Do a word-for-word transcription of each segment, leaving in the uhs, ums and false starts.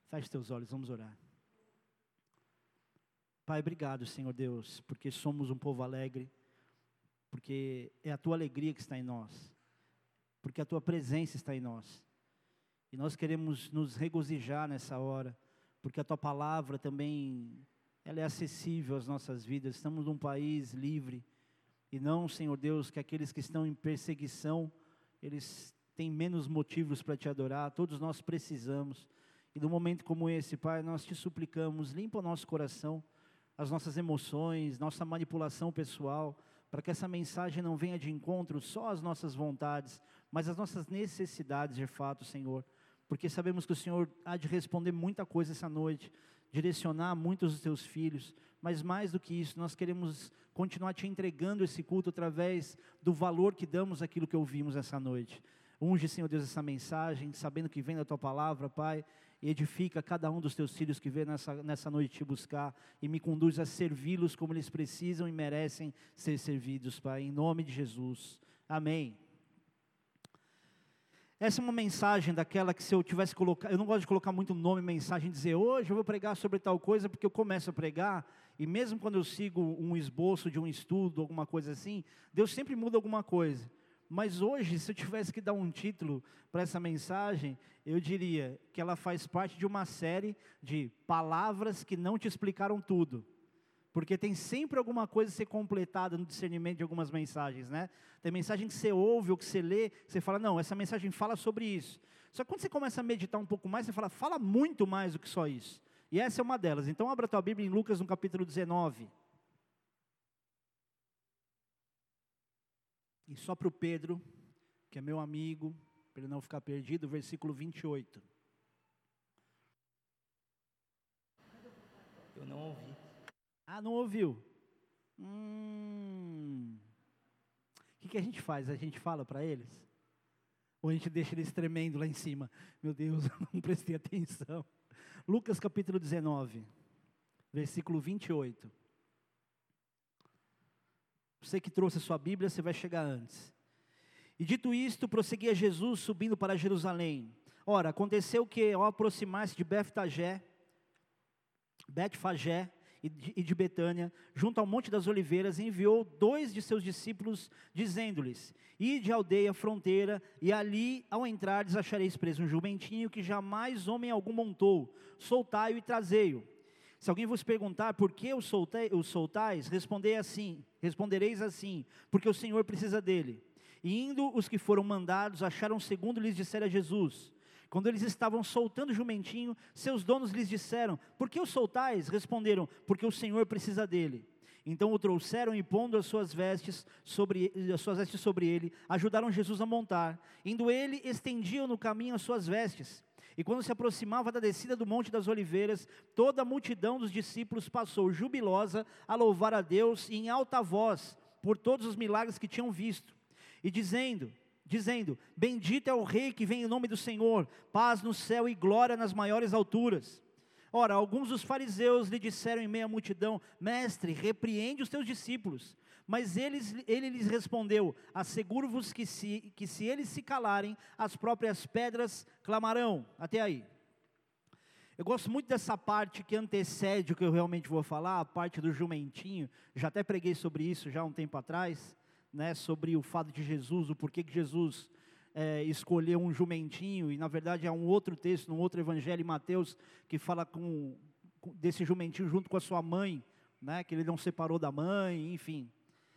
Feche teus olhos, vamos orar. Pai, obrigado, Senhor Deus, porque somos um povo alegre, porque é a Tua alegria que está em nós, porque a Tua presença está em nós, e nós queremos nos regozijar nessa hora, porque a Tua palavra também, ela é acessível às nossas vidas. Estamos num país livre, e não, Senhor Deus, que aqueles que estão em perseguição, eles têm menos motivos para Te adorar. Todos nós precisamos, e num momento como esse, Pai, nós Te suplicamos, limpa o nosso coração, as nossas emoções, nossa manipulação pessoal, para que essa mensagem não venha de encontro só às nossas vontades, mas às nossas necessidades de fato, Senhor, porque sabemos que o Senhor há de responder muita coisa essa noite, direcionar muitos dos Teus filhos, mas mais do que isso, nós queremos continuar Te entregando esse culto através do valor que damos àquilo que ouvimos essa noite. Unge, Senhor Deus, essa mensagem, sabendo que vem da Tua palavra, Pai, e edifica cada um dos Teus filhos que vem nessa, nessa noite Te buscar, e me conduz a servi-los como eles precisam e merecem ser servidos, Pai, em nome de Jesus, amém. Essa é uma mensagem daquela que se eu tivesse colocado, eu não gosto de colocar muito nome em mensagem, dizer hoje eu vou pregar sobre tal coisa, porque eu começo a pregar, e mesmo quando eu sigo um esboço de um estudo, alguma coisa assim, Deus sempre muda alguma coisa. Mas hoje, se eu tivesse que dar um título para essa mensagem, eu diria que ela faz parte de uma série de palavras que não te explicaram tudo. Porque tem sempre alguma coisa a ser completada no discernimento de algumas mensagens, né? Tem mensagem que você ouve ou que você lê, você fala, não, essa mensagem fala sobre isso. Só que quando você começa a meditar um pouco mais, você fala, fala muito mais do que só isso. E essa é uma delas. Então abra a tua Bíblia em Lucas no capítulo dezenove. E só para o Pedro, que é meu amigo, para ele não ficar perdido, versículo vinte e oito. Eu não ouvi. Ah, não ouviu? Hum. O que, que a gente faz? A gente fala para eles? Ou a gente deixa eles tremendo lá em cima? Meu Deus, eu não prestei atenção. Lucas capítulo dezenove, versículo vinte e oito. Você que trouxe a sua Bíblia, você vai chegar antes. E dito isto, prosseguia Jesus subindo para Jerusalém. Ora, aconteceu que ao aproximar-se de Betfagé, Betfagé e de, e de Betânia, junto ao Monte das Oliveiras, enviou dois de seus discípulos, dizendo-lhes, ide à aldeia fronteira, e ali, ao entrardes, achareis preso um jumentinho que jamais homem algum montou, soltai-o e trazei-o. Se alguém vos perguntar por que o soltais, respondei assim, respondereis assim, porque o Senhor precisa dele. E indo os que foram mandados, acharam segundo lhes dissera Jesus. Quando eles estavam soltando o jumentinho, seus donos lhes disseram, por que o soltais? Responderam, porque o Senhor precisa dele. Então o trouxeram e pondo as suas vestes sobre, as suas vestes sobre ele, ajudaram Jesus a montar. Indo ele, estendiam no caminho as suas vestes. E quando se aproximava da descida do Monte das Oliveiras, toda a multidão dos discípulos passou jubilosa a louvar a Deus em alta voz, por todos os milagres que tinham visto. E dizendo, dizendo, bendito é o Rei que vem em nome do Senhor, paz no céu e glória nas maiores alturas. Ora, alguns dos fariseus lhe disseram em meio à multidão, mestre, repreende os teus discípulos. Mas eles, ele lhes respondeu, asseguro-vos que se, que se eles se calarem, as próprias pedras clamarão. Até aí. Eu gosto muito dessa parte que antecede o que eu realmente vou falar, a parte do jumentinho. Já até preguei sobre isso já há um tempo atrás, né, sobre o fato de Jesus, o porquê que Jesus é, escolheu um jumentinho. E na verdade há um outro texto, num outro evangelho em Mateus, que fala com, com, desse jumentinho junto com a sua mãe, né, que ele não separou da mãe, enfim.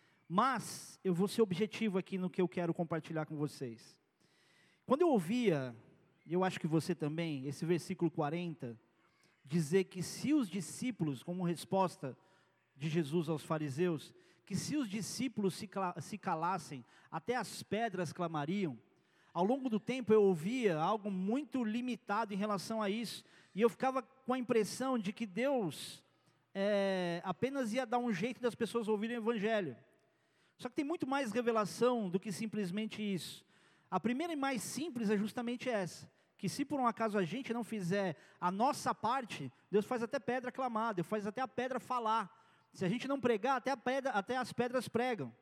Mas eu vou ser objetivo aqui no que eu quero compartilhar com vocês. Quando eu ouvia, e eu acho que você também, esse versículo quarenta, dizer que se os discípulos, como resposta de Jesus aos fariseus, que se os discípulos se, se calassem, até as pedras clamariam, ao longo do tempo eu ouvia algo muito limitado em relação a isso, e eu ficava com a impressão de que Deus é, apenas ia dar um jeito das pessoas ouvirem o evangelho. Só que tem muito mais revelação do que simplesmente isso. A primeira e mais simples é justamente essa, que se por um acaso a gente não fizer a nossa parte, Deus faz até pedra clamar, Deus faz até a pedra falar. Se a gente não pregar, até, a pedra, até as pedras pregam.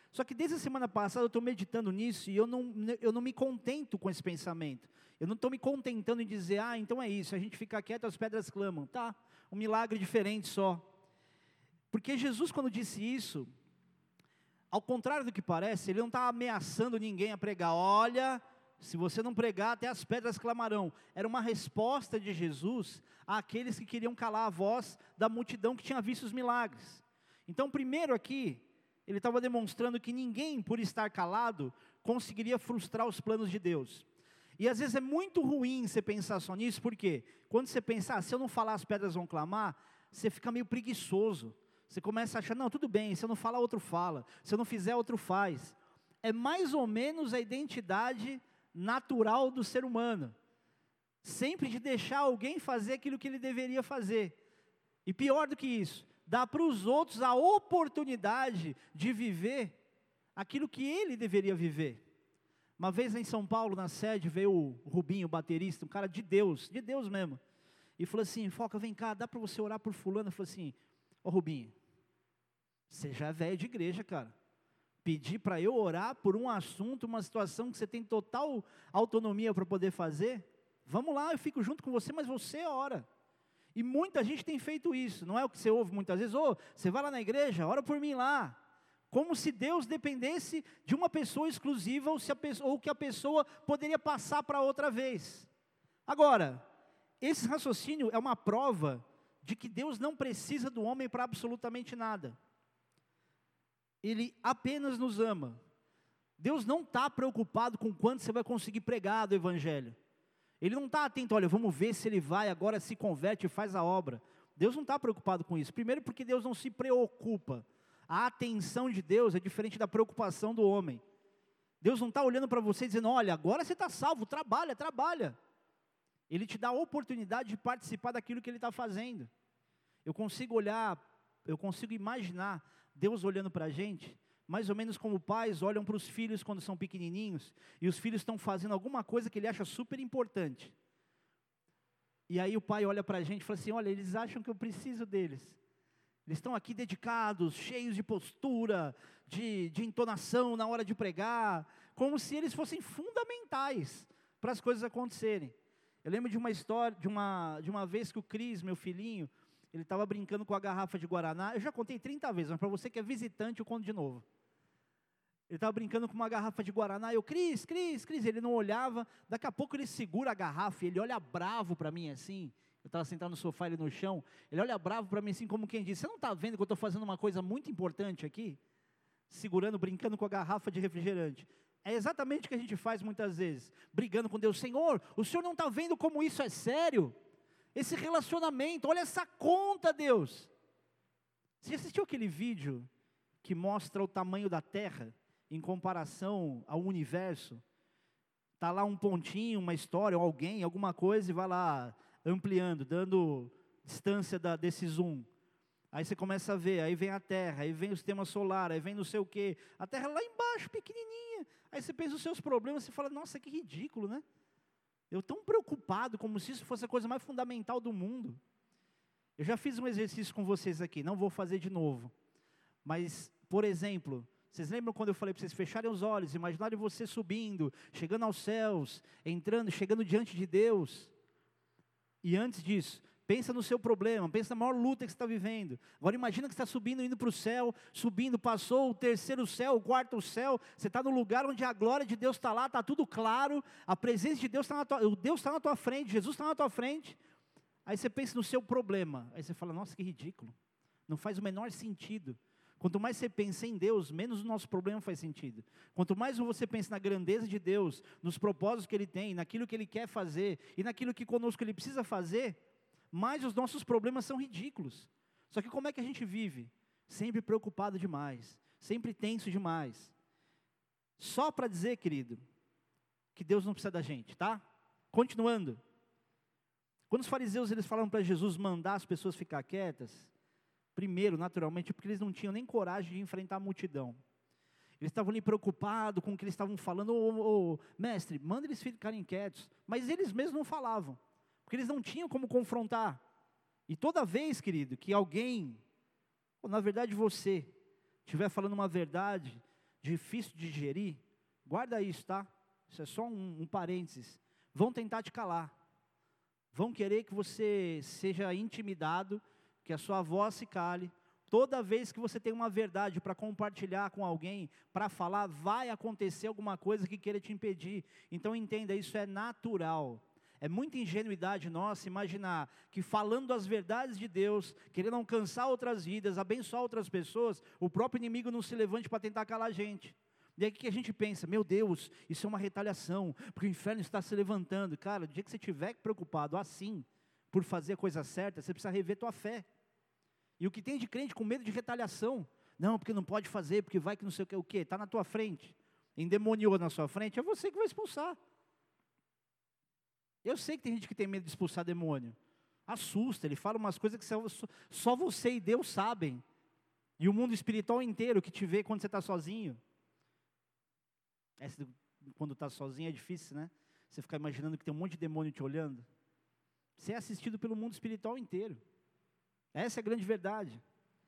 Só que desde a semana passada eu estou meditando nisso e eu não, eu não me contento com esse pensamento. Eu não estou me contentando em dizer, ah, então é isso, a gente fica quieto, as pedras clamam. Tá, um milagre diferente só. Porque Jesus, quando disse isso, ao contrário do que parece, ele não está ameaçando ninguém a pregar. Olha, se você não pregar, até as pedras clamarão. Era uma resposta de Jesus àqueles que queriam calar a voz da multidão que tinha visto os milagres. Então, primeiro aqui, ele estava demonstrando que ninguém, por estar calado, conseguiria frustrar os planos de Deus. E às vezes é muito ruim você pensar só nisso, porque quando você pensa, ah, se eu não falar as pedras vão clamar, você fica meio preguiçoso. Você começa a achar, não, tudo bem, se eu não falar, outro fala. Se eu não fizer, outro faz. É mais ou menos a identidade natural do ser humano. Sempre de deixar alguém fazer aquilo que ele deveria fazer. E pior do que isso, dá para os outros a oportunidade de viver aquilo que ele deveria viver. Uma vez em São Paulo, na sede, veio o Rubinho, o baterista, um cara de Deus, de Deus mesmo. E falou assim, Foca, vem cá, dá para você orar por fulano? Eu falei assim, ô Rubinho, você já é velho de igreja, cara. Pedir para eu orar por um assunto, uma situação que você tem total autonomia para poder fazer? Vamos lá, eu fico junto com você, mas você ora. E muita gente tem feito isso, não é o que você ouve muitas vezes, ô, oh, você vai lá na igreja, ora por mim lá. Como se Deus dependesse de uma pessoa exclusiva, ou, se a pessoa, ou que a pessoa poderia passar para outra vez. Agora, esse raciocínio é uma prova de que Deus não precisa do homem para absolutamente nada. Ele apenas nos ama. Deus não está preocupado com quanto você vai conseguir pregar do Evangelho. Ele não está atento, olha, vamos ver se ele vai, agora se converte e faz a obra. Deus não está preocupado com isso. Primeiro porque Deus não se preocupa. A atenção de Deus é diferente da preocupação do homem. Deus não está olhando para você dizendo, olha, agora você está salvo, trabalha, trabalha. Ele te dá a oportunidade de participar daquilo que Ele está fazendo. Eu consigo olhar, eu consigo imaginar Deus olhando para a gente, mais ou menos como pais olham para os filhos quando são pequenininhos, e os filhos estão fazendo alguma coisa que ele acha super importante. E aí o pai olha para a gente e fala assim, olha, eles acham que eu preciso deles. Eles estão aqui dedicados, cheios de postura, de, de entonação na hora de pregar, como se eles fossem fundamentais para as coisas acontecerem. Eu lembro de uma história, de uma, de uma vez que o Cris, meu filhinho, ele estava brincando com a garrafa de Guaraná. Eu já contei trinta vezes, mas para você que é visitante, eu conto de novo. Ele estava brincando com uma garrafa de Guaraná, e eu, Cris, Cris, Cris, ele não olhava, daqui a pouco ele segura a garrafa, e ele olha bravo para mim assim, eu estava sentado no sofá, ele no chão, ele olha bravo para mim assim, como quem diz, você não está vendo que eu estou fazendo uma coisa muito importante aqui? Segurando, brincando com a garrafa de refrigerante. É exatamente o que a gente faz muitas vezes, brigando com Deus, Senhor, o Senhor não está vendo como isso é sério? Esse relacionamento, olha essa conta, Deus. Você assistiu aquele vídeo que mostra o tamanho da Terra em comparação ao universo? Está lá um pontinho, uma história, ou alguém, alguma coisa, e vai lá ampliando, dando distância da, desse zoom. Aí você começa a ver, aí vem a Terra, aí vem o sistema solar, aí vem não sei o quê. A Terra lá embaixo, pequenininha. Aí você pensa os seus problemas, você fala, nossa, que ridículo, né? Eu tão preocupado, como se isso fosse a coisa mais fundamental do mundo. Eu já fiz um exercício com vocês aqui, não vou fazer de novo. Mas, por exemplo, vocês lembram quando eu falei para vocês fecharem os olhos, imaginarem você subindo, chegando aos céus, entrando, chegando diante de Deus. E antes disso, pensa no seu problema, pensa na maior luta que você está vivendo. Agora imagina que você está subindo, indo para o céu, subindo, passou o terceiro céu, o quarto céu, você está no lugar onde a glória de Deus está lá, está tudo claro, a presença de Deus está na tua, o Deus está na tua frente, Jesus está na tua frente. Aí você pensa no seu problema, aí você fala, nossa, que ridículo, não faz o menor sentido. Quanto mais você pensa em Deus, menos o nosso problema faz sentido. Quanto mais você pensa na grandeza de Deus, nos propósitos que Ele tem, naquilo que Ele quer fazer, e naquilo que conosco Ele precisa fazer, mais os nossos problemas são ridículos. Só que como é que a gente vive? Sempre preocupado demais, sempre tenso demais. Só para dizer, querido, que Deus não precisa da gente, tá? Continuando. Quando os fariseus eles falaram para Jesus mandar as pessoas ficar quietas, primeiro, naturalmente, porque eles não tinham nem coragem de enfrentar a multidão. Eles estavam ali preocupados com o que eles estavam falando, ô, ô, mestre, manda eles ficarem quietos. Mas eles mesmos não falavam, porque eles não tinham como confrontar. E toda vez, querido, que alguém, ou na verdade você, estiver falando uma verdade, difícil de digerir, guarda isso, tá? Isso é só um, um parênteses. Vão tentar te calar. Vão querer que você seja intimidado, que a sua voz se cale. Toda vez que você tem uma verdade para compartilhar com alguém, para falar, vai acontecer alguma coisa que queira te impedir. Então entenda, isso é natural. É muita ingenuidade nossa imaginar que falando as verdades de Deus, querendo alcançar outras vidas, abençoar outras pessoas, o próprio inimigo não se levante para tentar calar a gente. E aí o que a gente pensa? Meu Deus, isso é uma retaliação, porque o inferno está se levantando. Cara, o dia que você estiver preocupado assim, por fazer a coisa certa, você precisa rever tua fé. E o que tem de crente com medo de retaliação? Não, porque não pode fazer, porque vai que não sei o que, o quê? Está na tua frente, endemoniou na sua frente, é você que vai expulsar. Eu sei que tem gente que tem medo de expulsar demônio. Assusta, ele fala umas coisas que só você e Deus sabem. E o mundo espiritual inteiro que te vê quando você está sozinho. Essa, quando está sozinho é difícil, né? Você ficar imaginando que tem um monte de demônio te olhando. Você é assistido pelo mundo espiritual inteiro. Essa é a grande verdade.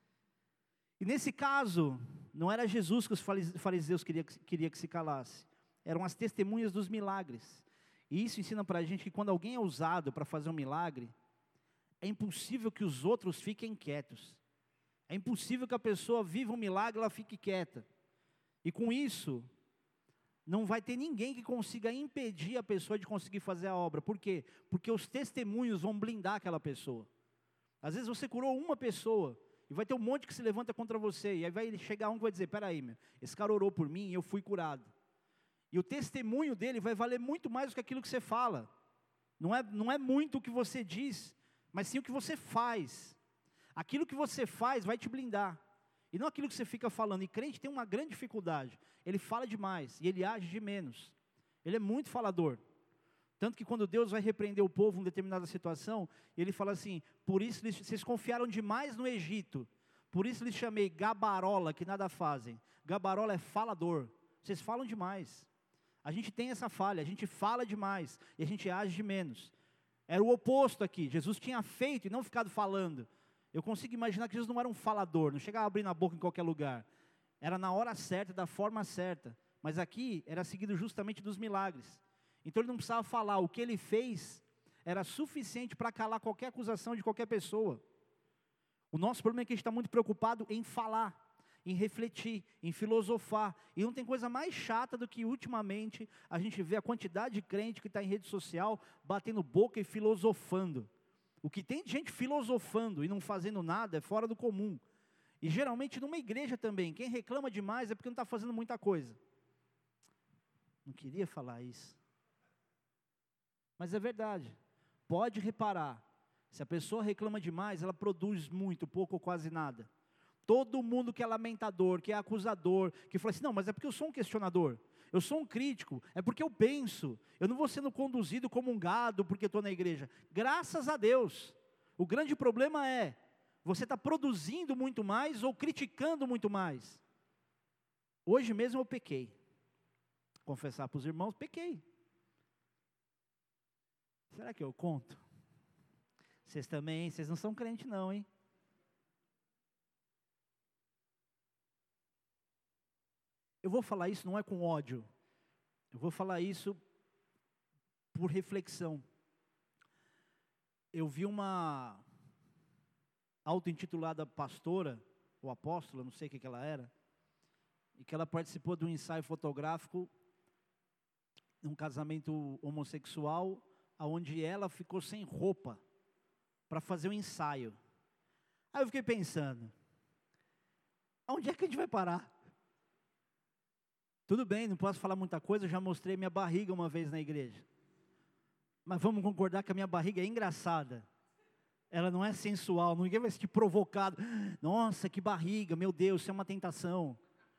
E nesse caso, não era Jesus que os fariseus queriam queria que se calasse. Eram as testemunhas dos milagres. E isso ensina para a gente que quando alguém é usado para fazer um milagre, é impossível que os outros fiquem quietos. É impossível que a pessoa viva um milagre e ela fique quieta. E com isso, não vai ter ninguém que consiga impedir a pessoa de conseguir fazer a obra. Por quê? Porque os testemunhos vão blindar aquela pessoa. Às vezes você curou uma pessoa, e vai ter um monte que se levanta contra você, e aí vai chegar um que vai dizer, peraí, meu, esse cara orou por mim e eu fui curado. E o testemunho dele vai valer muito mais do que aquilo que você fala. Não é, não é muito o que você diz, mas sim o que você faz. Aquilo que você faz vai te blindar. E não aquilo que você fica falando. E crente tem uma grande dificuldade. Ele fala demais e ele age de menos. Ele é muito falador. Tanto que quando Deus vai repreender o povo em determinada situação, ele fala assim, por isso vocês confiaram demais no Egito. Por isso lhes chamei gabarola, que nada fazem. Gabarola é falador. Vocês falam demais. A gente tem essa falha, a gente fala demais e a gente age de menos. Era o oposto aqui, Jesus tinha feito e não ficado falando. Eu consigo imaginar que Jesus não era um falador, não chegava a abrir na boca em qualquer lugar. Era na hora certa, da forma certa. Mas aqui era seguido justamente dos milagres. Então ele não precisava falar, o que ele fez era suficiente para calar qualquer acusação de qualquer pessoa. O nosso problema é que a gente está muito preocupado em falar, em refletir, em filosofar. E não tem coisa mais chata do que ultimamente a gente vê a quantidade de crente que está em rede social batendo boca e filosofando. O que tem de gente filosofando e não fazendo nada é fora do comum. E geralmente numa igreja também, quem reclama demais é porque não está fazendo muita coisa. Não queria falar isso. Mas é verdade. Pode reparar, se a pessoa reclama demais, ela produz muito, pouco ou quase nada. Todo mundo que é lamentador, que é acusador, que fala assim, não, mas é porque eu sou um questionador, eu sou um crítico, é porque eu penso, eu não vou sendo conduzido como um gado porque estou na igreja. Graças a Deus. O grande problema é, você está produzindo muito mais ou criticando muito mais. Hoje mesmo eu pequei. Confessar para os irmãos, pequei. Será que eu conto? Vocês também, vocês não são crentes não, hein? Eu vou falar isso não é com ódio. Eu vou falar isso por reflexão. Eu vi uma auto-intitulada pastora, ou apóstola, não sei o que, que ela era, e que ela participou de um ensaio fotográfico num casamento homossexual, onde ela ficou sem roupa para fazer um ensaio. Aí eu fiquei pensando, aonde é que a gente vai parar? Tudo bem, não posso falar muita coisa, eu já mostrei minha barriga uma vez na igreja. Mas vamos concordar que a minha barriga é engraçada. Ela não é sensual, ninguém vai se sentir provocado. Nossa, que barriga, meu Deus, isso é uma tentação.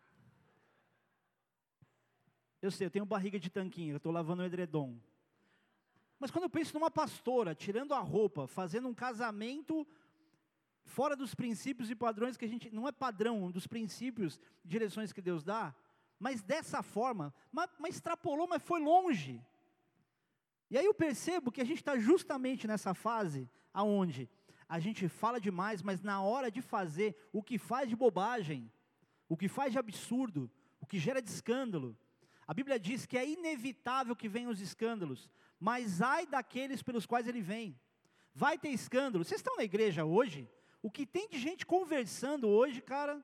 Eu sei, eu tenho barriga de tanquinho, eu estou lavando o edredom. Mas quando eu penso numa pastora, tirando a roupa, fazendo um casamento fora dos princípios e padrões que a gente, não é padrão, dos princípios e direções que Deus dá, mas dessa forma, mas, mas extrapolou, mas foi longe. E aí eu percebo que a gente está justamente nessa fase, aonde a gente fala demais, mas na hora de fazer, o que faz de bobagem, o que faz de absurdo, o que gera de escândalo. A Bíblia diz que é inevitável que venham os escândalos, mas ai daqueles pelos quais ele vem. Vai ter escândalo. Vocês estão na igreja hoje? O que tem de gente conversando hoje, cara?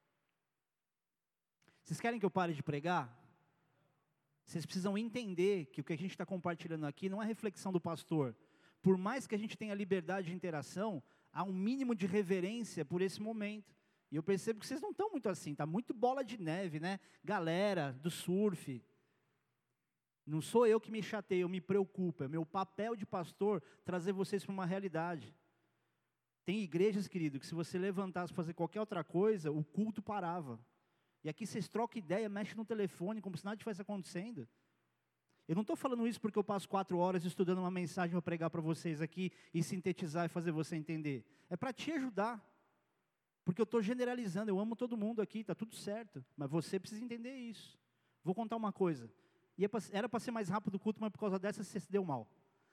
Vocês querem que eu pare de pregar? Vocês precisam entender que o que a gente está compartilhando aqui não é reflexão do pastor. Por mais que a gente tenha liberdade de interação, há um mínimo de reverência por esse momento. E eu percebo que vocês não estão muito assim, está muito bola de neve, né? Galera do surf. Não sou eu que me chateio, eu me preocupo. É meu papel de pastor trazer vocês para uma realidade. Tem igrejas, querido, que se você levantasse para fazer qualquer outra coisa, o culto parava. E aqui vocês trocam ideia, mexem no telefone, como se nada estivesse acontecendo. Eu não estou falando isso porque eu passo quatro horas estudando uma mensagem para pregar para vocês aqui e sintetizar e fazer você entender. É para te ajudar. Porque eu estou generalizando, eu amo todo mundo aqui, está tudo certo. Mas você precisa entender isso. Vou contar uma coisa. Era para ser mais rápido o culto, mas por causa dessa você se deu mal.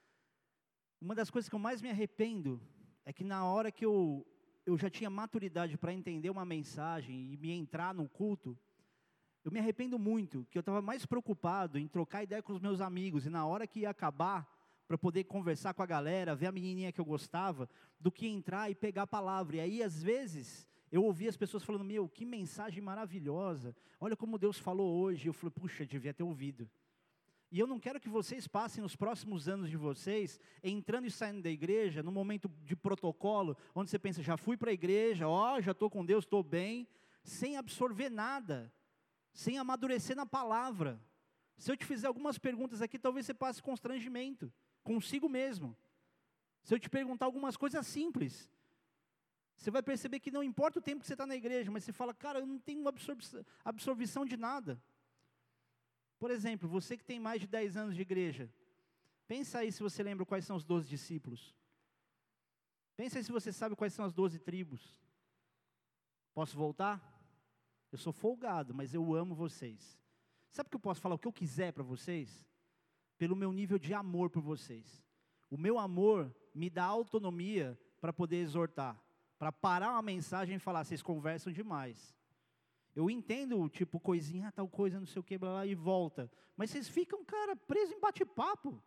Uma das coisas que eu mais me arrependo é que na hora que eu... eu já tinha maturidade para entender uma mensagem e me entrar no culto, eu me arrependo muito, que eu estava mais preocupado em trocar ideia com os meus amigos, e na hora que ia acabar, para poder conversar com a galera, ver a menininha que eu gostava, do que entrar e pegar a palavra. E aí, às vezes, eu ouvia as pessoas falando, meu, que mensagem maravilhosa, olha como Deus falou hoje. Eu falei, puxa, devia ter ouvido. E eu não quero que vocês passem os próximos anos de vocês, entrando e saindo da igreja, num momento de protocolo, onde você pensa, já fui para a igreja, ó, já estou com Deus, estou bem, sem absorver nada, sem amadurecer na palavra. Se eu te fizer algumas perguntas aqui, talvez você passe constrangimento, consigo mesmo. Se eu te perguntar algumas coisas simples, você vai perceber que não importa o tempo que você está na igreja, mas você fala, cara, eu não tenho absorção, absorção de nada. Por exemplo, você que tem mais de dez anos de igreja, pensa aí se você lembra quais são os doze discípulos. Pensa aí se você sabe quais são as doze tribos. Posso voltar? Eu sou folgado, mas eu amo vocês. Sabe que eu posso falar o que eu quiser para vocês? Pelo meu nível de amor por vocês. O meu amor me dá autonomia para poder exortar, para parar uma mensagem e falar, vocês conversam demais. Eu entendo, tipo, coisinha, tal coisa, não sei o que, blá, blá, e volta. Mas vocês ficam, cara, presos em bate-papo.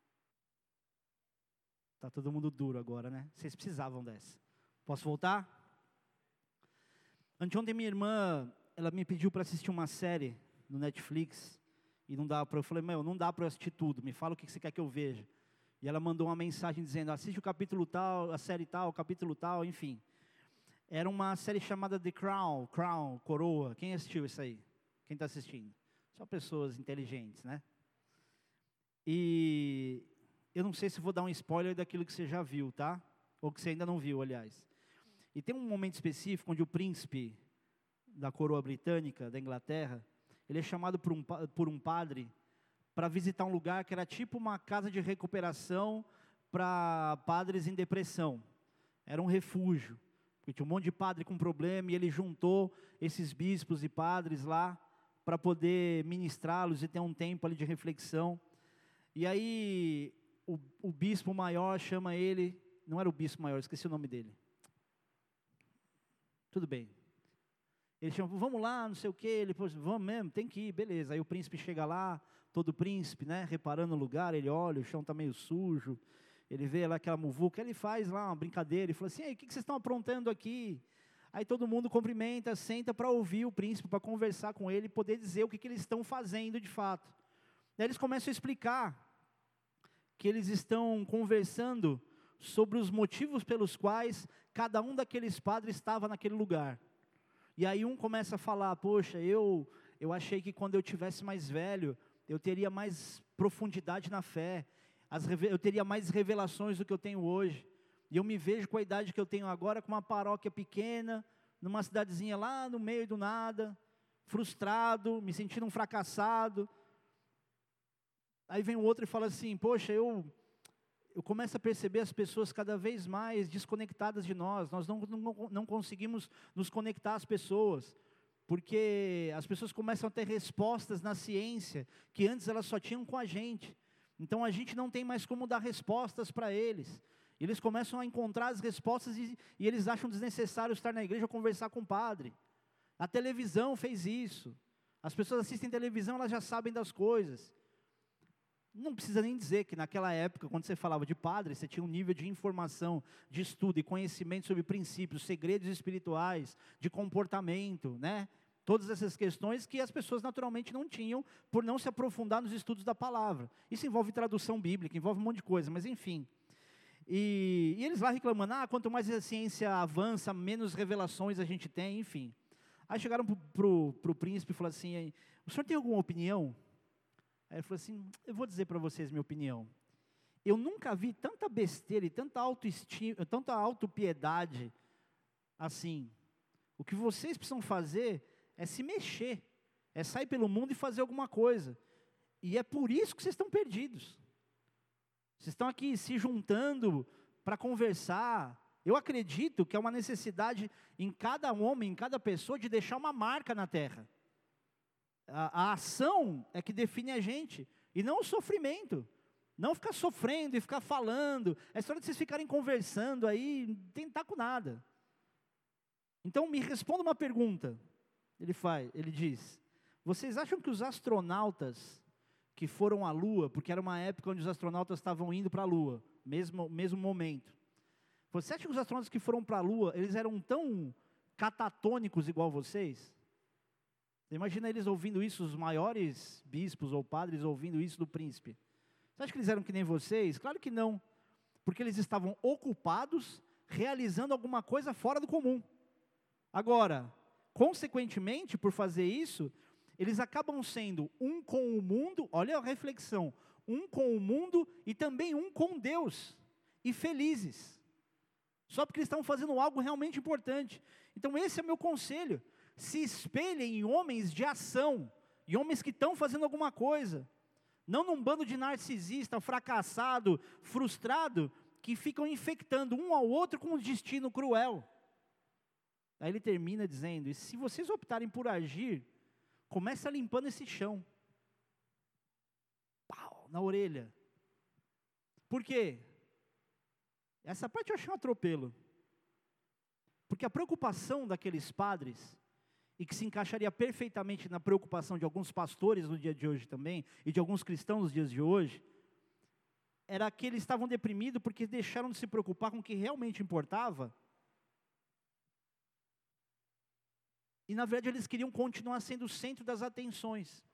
Tá todo mundo duro agora, né? Vocês precisavam dessa. Posso voltar? Anteontem minha irmã, ela me pediu para assistir uma série no Netflix. E não dá para, eu falei, meu, não dá para eu assistir tudo. Me fala o que você quer que eu veja. E ela mandou uma mensagem dizendo, assiste o capítulo tal, a série tal, o capítulo tal, enfim. Era uma série chamada The Crown, Crown, Coroa. Quem assistiu isso aí? Quem está assistindo? Só pessoas inteligentes, né? E eu não sei se vou dar um spoiler daquilo que você já viu, tá? Ou que você ainda não viu, aliás. E tem um momento específico onde o príncipe da coroa britânica, da Inglaterra, ele é chamado por um, por um padre para visitar um lugar que era tipo uma casa de recuperação para padres em depressão. Era um refúgio. Porque tinha um monte de padre com problema e ele juntou esses bispos e padres lá para poder ministrá-los e ter um tempo ali de reflexão. E aí o, o bispo maior chama ele, não era o bispo maior, esqueci o nome dele. Tudo bem. Ele chama, vamos lá, não sei o quê, ele falou, vamos mesmo, tem que ir, beleza. Aí o príncipe chega lá, todo príncipe, né, reparando o lugar, ele olha, o chão está meio sujo. Ele vê lá aquela muvuca, ele faz lá uma brincadeira, ele fala assim, o que, que vocês estão aprontando aqui? Aí todo mundo cumprimenta, senta para ouvir o príncipe, para conversar com ele, poder dizer o que, que eles estão fazendo de fato. Daí eles começam a explicar que eles estão conversando sobre os motivos pelos quais cada um daqueles padres estava naquele lugar. E aí um começa a falar, poxa, eu, eu achei que quando eu tivesse mais velho, eu teria mais profundidade na fé, As, eu teria mais revelações do que eu tenho hoje. E eu me vejo com a idade que eu tenho agora, com uma paróquia pequena, numa cidadezinha lá no meio do nada, frustrado, me sentindo um fracassado. Aí vem o outro e fala assim, poxa, eu, eu começo a perceber as pessoas cada vez mais desconectadas de nós. Nós não, não, não conseguimos nos conectar às pessoas, porque as pessoas começam a ter respostas na ciência, que antes elas só tinham com a gente. Então a gente não tem mais como dar respostas para eles. Eles começam a encontrar as respostas e, e eles acham desnecessário estar na igreja ou conversar com o padre. A televisão fez isso. As pessoas assistem televisão, elas já sabem das coisas. Não precisa nem dizer que naquela época, quando você falava de padre, você tinha um nível de informação, de estudo e conhecimento sobre princípios, segredos espirituais, de comportamento, né? Todas essas questões que as pessoas naturalmente não tinham, por não se aprofundar nos estudos da palavra. Isso envolve tradução bíblica, envolve um monte de coisa, mas enfim. E, e eles lá reclamando, ah, quanto mais a ciência avança, menos revelações a gente tem, enfim. Aí chegaram para o príncipe e falaram assim, o senhor tem alguma opinião? Aí ele falou assim, eu vou dizer para vocês minha opinião. Eu nunca vi tanta besteira e tanta autoestima, tanta autopiedade assim. O que vocês precisam fazer é se mexer, é sair pelo mundo e fazer alguma coisa. E é por isso que vocês estão perdidos. Vocês estão aqui se juntando para conversar. Eu acredito que é uma necessidade em cada homem, em cada pessoa, de deixar uma marca na terra. A, a ação é que define a gente, e não o sofrimento. Não ficar sofrendo e ficar falando. A história de vocês ficarem conversando aí, não tem tá com nada. Então me responda uma pergunta. Ele faz, ele diz, vocês acham que os astronautas que foram à Lua, porque era uma época onde os astronautas estavam indo para a Lua, mesmo, mesmo momento. Você acha que os astronautas que foram para a Lua, eles eram tão catatônicos igual vocês? Imagina eles ouvindo isso, os maiores bispos ou padres ouvindo isso do príncipe. Você acha que eles eram que nem vocês? Claro que não. Porque eles estavam ocupados, realizando alguma coisa fora do comum. Agora, consequentemente, por fazer isso, eles acabam sendo um com o mundo, olha a reflexão, um com o mundo e também um com Deus, e felizes. Só porque eles estão fazendo algo realmente importante. Então esse é o meu conselho. Se espelhem em homens de ação, em homens que estão fazendo alguma coisa. Não num bando de narcisista, fracassado, frustrado, que ficam infectando um ao outro com um destino cruel. Aí ele termina dizendo, e se vocês optarem por agir, começa limpando esse chão. Pau, na orelha. Por quê? Essa parte eu achei um atropelo. Porque a preocupação daqueles padres, e que se encaixaria perfeitamente na preocupação de alguns pastores no dia de hoje também, e de alguns cristãos nos dias de hoje, era que eles estavam deprimidos porque deixaram de se preocupar com o que realmente importava. E na verdade eles queriam continuar sendo o centro das atenções.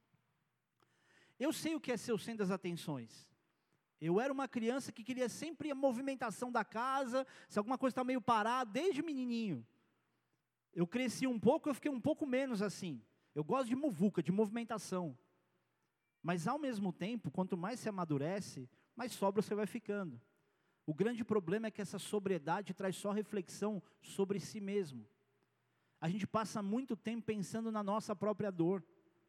Eu sei o que é ser o centro das atenções. Eu era uma criança que queria sempre a movimentação da casa, se alguma coisa está meio parada, desde menininho. Eu cresci um pouco, eu fiquei um pouco menos assim. Eu gosto de muvuca, de movimentação. Mas ao mesmo tempo, quanto mais se amadurece, mais sobra você vai ficando. O grande problema é que essa sobriedade traz só reflexão sobre si mesmo. A gente passa muito tempo pensando na nossa própria dor.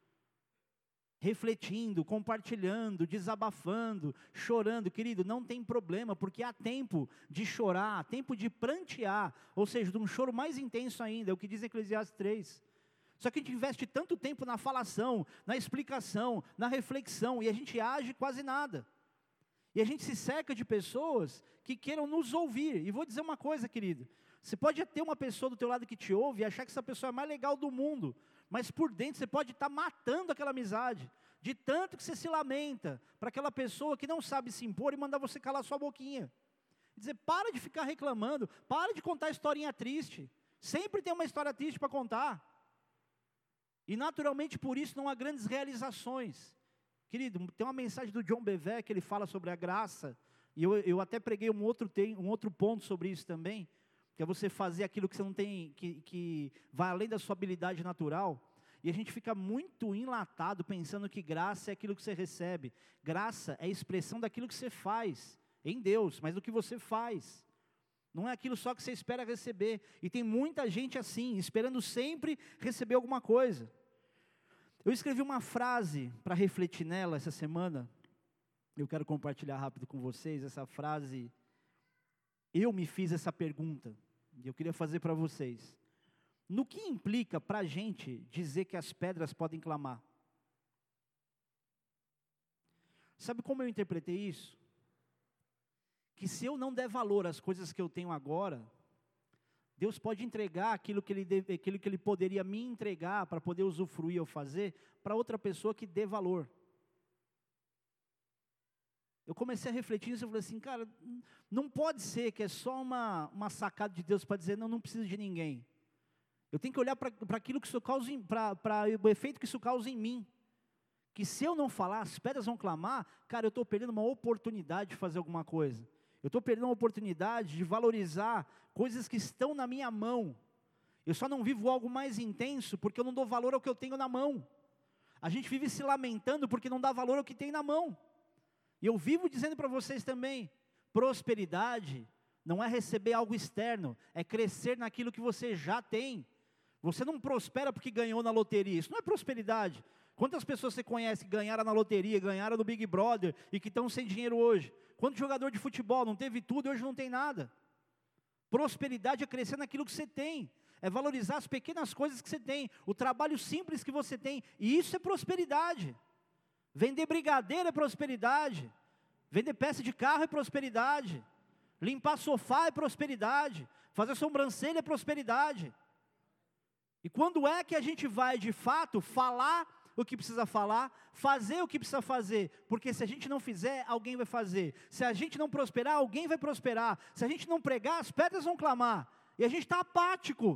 Refletindo, compartilhando, desabafando, chorando. Querido, não tem problema, porque há tempo de chorar, há tempo de prantear, ou seja, de um choro mais intenso ainda, é o que diz Eclesiastes três. Só que a gente investe tanto tempo na falação, na explicação, na reflexão, e a gente age quase nada. E a gente se cerca de pessoas que queiram nos ouvir. E vou dizer uma coisa, querido, você pode ter uma pessoa do teu lado que te ouve e achar que essa pessoa é a mais legal do mundo, mas por dentro você pode estar matando aquela amizade, de tanto que você se lamenta para aquela pessoa que não sabe se impor e mandar você calar sua boquinha. Dizer, para de ficar reclamando, para de contar historinha triste, sempre tem uma história triste para contar. E naturalmente por isso não há grandes realizações. Querido, tem uma mensagem do John Bevere que ele fala sobre a graça, e eu, eu até preguei um outro, tem, um outro ponto sobre isso também, que é você fazer aquilo que você não tem, que, que vai além da sua habilidade natural, e a gente fica muito enlatado pensando que graça é aquilo que você recebe. Graça é a expressão daquilo que você faz, em Deus, mas do que você faz. Não é aquilo só que você espera receber, e tem muita gente assim, esperando sempre receber alguma coisa. Eu escrevi uma frase para refletir nela essa semana, eu quero compartilhar rápido com vocês, essa frase, eu me fiz essa pergunta, e eu queria fazer para vocês. No que implica para a gente dizer que as pedras podem clamar? Sabe como eu interpretei isso? Que se eu não der valor às coisas que eu tenho agora, Deus pode entregar aquilo que Ele, deve, aquilo que ele poderia me entregar para poder usufruir ou fazer, para outra pessoa que dê valor. Eu comecei a refletir nisso e falei assim, cara, não pode ser que é só uma, uma sacada de Deus para dizer, não, não preciso de ninguém. Eu tenho que olhar para aquilo que isso causa, para o efeito que isso causa em mim. Que se eu não falar, as pedras vão clamar, cara, eu estou perdendo uma oportunidade de fazer alguma coisa. Eu estou perdendo uma oportunidade de valorizar coisas que estão na minha mão. Eu só não vivo algo mais intenso porque eu não dou valor ao que eu tenho na mão. A gente vive se lamentando porque não dá valor ao que tem na mão. E eu vivo dizendo para vocês também, prosperidade não é receber algo externo, é crescer naquilo que você já tem. Você não prospera porque ganhou na loteria, isso não é prosperidade. Quantas pessoas você conhece que ganharam na loteria, ganharam no Big Brother e que estão sem dinheiro hoje? Quantos jogador de futebol não teve tudo e hoje não tem nada? Prosperidade é crescer naquilo que você tem, é valorizar as pequenas coisas que você tem, o trabalho simples que você tem, e isso é prosperidade. Vender brigadeiro é prosperidade, vender peça de carro é prosperidade, limpar sofá é prosperidade, fazer sobrancelha é prosperidade. E quando é que a gente vai de fato falar o que precisa falar, fazer o que precisa fazer? Porque se a gente não fizer, alguém vai fazer. Se a gente não prosperar, alguém vai prosperar. Se a gente não pregar, as pedras vão clamar. E a gente está apático.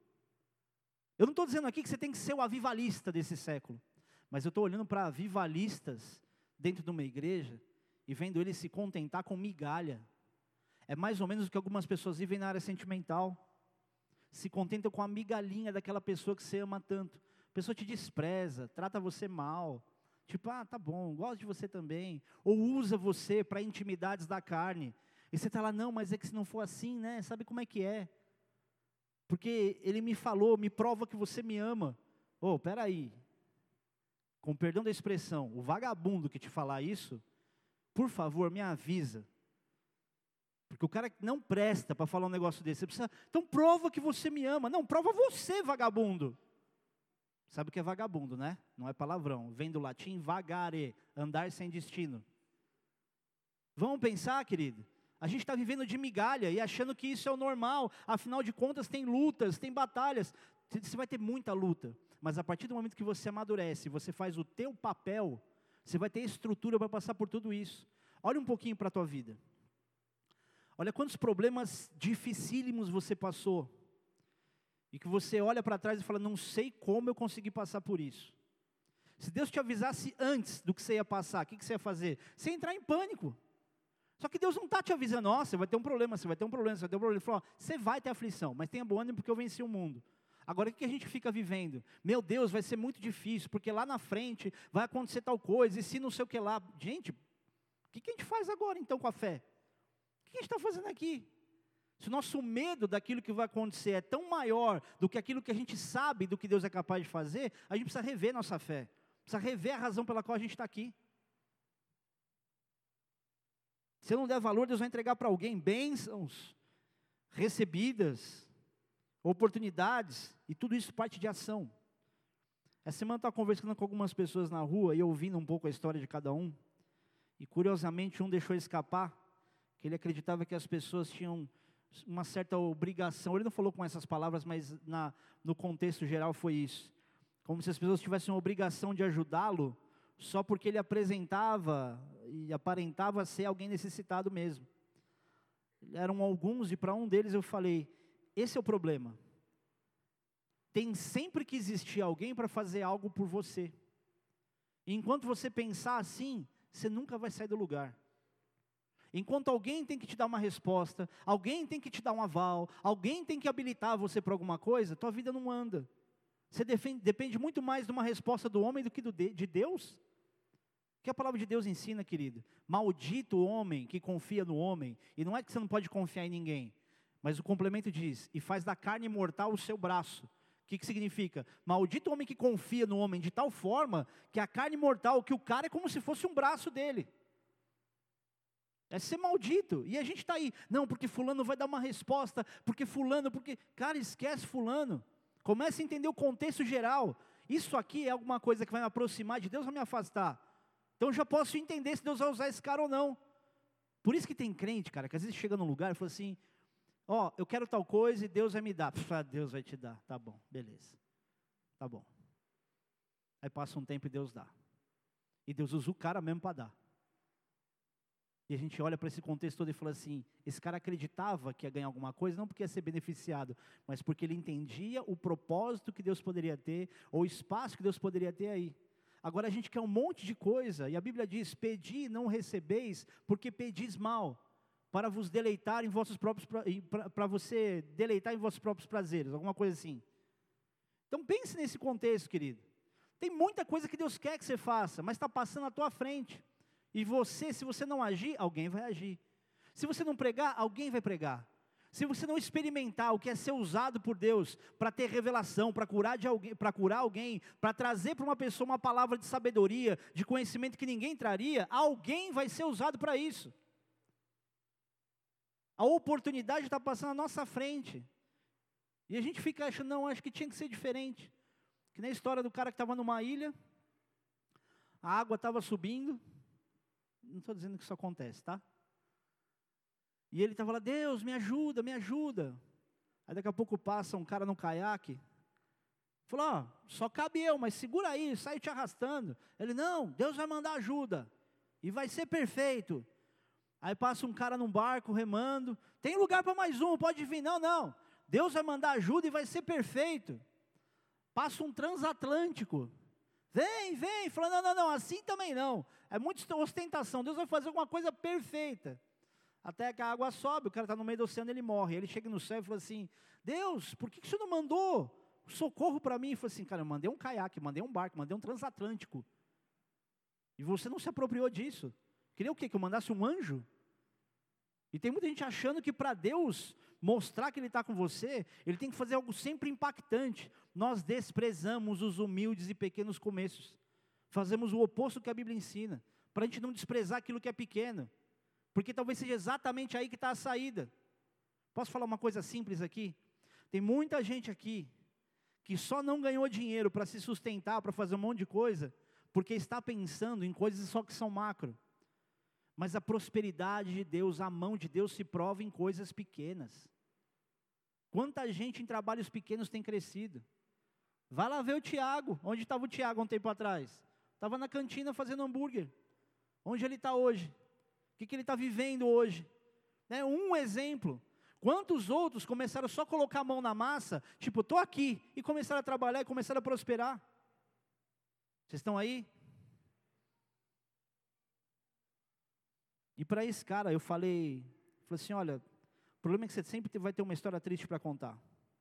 Eu não estou dizendo aqui que você tem que ser o avivalista desse século. Mas eu estou olhando para avivalistas dentro de uma igreja e vendo eles se contentar com migalha. É mais ou menos o que algumas pessoas vivem na área sentimental. Se contentam com a migalhinha daquela pessoa que você ama tanto. A pessoa te despreza, trata você mal. Tipo, ah, tá bom, gosto de você também. Ou usa você para intimidades da carne. E você está lá, não, mas é que se não for assim, né, sabe como é que é? Porque ele me falou, me prova que você me ama. Ô, oh, peraí. Com perdão da expressão, o vagabundo que te falar isso, por favor, me avisa. Porque o cara não presta para falar um negócio desse. Você precisa, então prova que você me ama. Não, prova você, vagabundo. Sabe o que é vagabundo, né? Não é palavrão. Vem do latim vagare, andar sem destino. Vamos pensar, querido. A gente está vivendo de migalha e achando que isso é o normal. Afinal de contas, tem lutas, tem batalhas. Você vai ter muita luta. Mas a partir do momento que você amadurece, você faz o teu papel, você vai ter estrutura para passar por tudo isso. Olha um pouquinho para a tua vida. Olha quantos problemas dificílimos você passou. E que você olha para trás e fala, não sei como eu consegui passar por isso. Se Deus te avisasse antes do que você ia passar, o que, que você ia fazer? Você ia entrar em pânico. Só que Deus não está te avisando, ó, você vai ter um problema, você vai ter um problema, você vai ter um problema. Ele falou, ó, você vai ter aflição, mas tenha bom ânimo porque eu venci o mundo. Agora o que a gente fica vivendo? Meu Deus, vai ser muito difícil, porque lá na frente vai acontecer tal coisa, e se não sei o que lá. Gente, o que, que a gente faz agora então com a fé? O que a gente está fazendo aqui? Se o nosso medo daquilo que vai acontecer é tão maior do que aquilo que a gente sabe do que Deus é capaz de fazer, a gente precisa rever nossa fé. Precisa rever a razão pela qual a gente está aqui. Se eu não der valor, Deus vai entregar para alguém bênçãos recebidas, oportunidades, e tudo isso parte de ação. Essa semana eu estava conversando com algumas pessoas na rua, e ouvindo um pouco a história de cada um, e curiosamente um deixou escapar, que ele acreditava que as pessoas tinham uma certa obrigação, ele não falou com essas palavras, mas na, no contexto geral foi isso, como se as pessoas tivessem uma obrigação de ajudá-lo, só porque ele apresentava e aparentava ser alguém necessitado mesmo. Eram alguns, e para um deles eu falei, esse é o problema. Tem sempre que existir alguém para fazer algo por você. E enquanto você pensar assim, você nunca vai sair do lugar. Enquanto alguém tem que te dar uma resposta, alguém tem que te dar um aval, alguém tem que habilitar você para alguma coisa, tua vida não anda. Você defende, depende muito mais de uma resposta do homem do que do de, de Deus. O que a palavra de Deus ensina, querido? Maldito o homem que confia no homem. E não é que você não pode confiar em ninguém. Mas o complemento diz, e faz da carne mortal o seu braço. O que, que significa? Maldito o homem que confia no homem de tal forma que a carne mortal, que o cara é como se fosse um braço dele. É ser maldito. E a gente está aí, não, porque fulano vai dar uma resposta, porque fulano, porque... Cara, esquece fulano. Comece a entender o contexto geral. Isso aqui é alguma coisa que vai me aproximar de Deus ou me afastar? Então eu já posso entender se Deus vai usar esse cara ou não. Por isso que tem crente, cara, que às vezes chega num lugar e fala assim, ó, eu quero tal coisa e Deus vai me dar. Pff, ah, Deus vai te dar, tá bom, beleza, tá bom. Aí passa um tempo e Deus dá. E Deus usa o cara mesmo para dar. E a gente olha para esse contexto todo e fala assim, esse cara acreditava que ia ganhar alguma coisa, não porque ia ser beneficiado, mas porque ele entendia o propósito que Deus poderia ter, ou o espaço que Deus poderia ter aí. Agora a gente quer um monte de coisa, e a Bíblia diz, pedi e não recebeis, porque pedis mal, para vos deleitar em vossos próprios, para você deleitar em vossos próprios prazeres, alguma coisa assim. Então pense nesse contexto, querido. Tem muita coisa que Deus quer que você faça, mas está passando à tua frente. E você, se você não agir, alguém vai agir. Se você não pregar, alguém vai pregar. Se você não experimentar o que é ser usado por Deus para ter revelação, para curar de alguém, para curar alguém, para trazer para uma pessoa uma palavra de sabedoria, de conhecimento que ninguém traria, alguém vai ser usado para isso. A oportunidade está passando à nossa frente. E a gente fica achando, não, acho que tinha que ser diferente. Que nem a história do cara que estava numa ilha, a água estava subindo, não estou dizendo que isso acontece, tá? E ele estava lá, Deus, me ajuda, me ajuda. Aí daqui a pouco passa um cara no caiaque, falou, ó, só cabe eu, mas segura aí, sai te arrastando. Ele, não, Deus vai mandar ajuda, e vai ser perfeito. Aí passa um cara num barco remando, tem lugar para mais um, pode vir, não, não. Deus vai mandar ajuda e vai ser perfeito. Passa um transatlântico, vem, vem, falando, não, não, não, assim também não, é muita ostentação, Deus vai fazer alguma coisa perfeita, até que a água sobe, o cara está no meio do oceano, ele morre, ele chega no céu e fala assim, Deus, por que, que o Senhor não mandou socorro para mim? E fala assim, cara, eu mandei um caiaque, mandei um barco, mandei um transatlântico, e você não se apropriou disso, queria o quê, que eu mandasse um anjo? E tem muita gente achando que para Deus mostrar que Ele está com você, Ele tem que fazer algo sempre impactante. Nós desprezamos os humildes e pequenos começos. Fazemos o oposto que a Bíblia ensina, para a gente não desprezar aquilo que é pequeno. Porque talvez seja exatamente aí que está a saída. Posso falar uma coisa simples aqui? Tem muita gente aqui, que só não ganhou dinheiro para se sustentar, para fazer um monte de coisa, porque está pensando em coisas só que são macro. Mas a prosperidade de Deus, a mão de Deus se prova em coisas pequenas. Quanta gente em trabalhos pequenos tem crescido. Vai lá ver o Tiago. Onde estava o Tiago há um tempo atrás? Estava na cantina fazendo hambúrguer. Onde ele está hoje? O que, que ele está vivendo hoje? É um exemplo. Quantos outros começaram só a colocar a mão na massa, tipo, estou aqui, e começaram a trabalhar e começaram a prosperar? Vocês estão aí? E para esse cara, eu falei, falei assim, olha, o problema é que você sempre vai ter uma história triste para contar.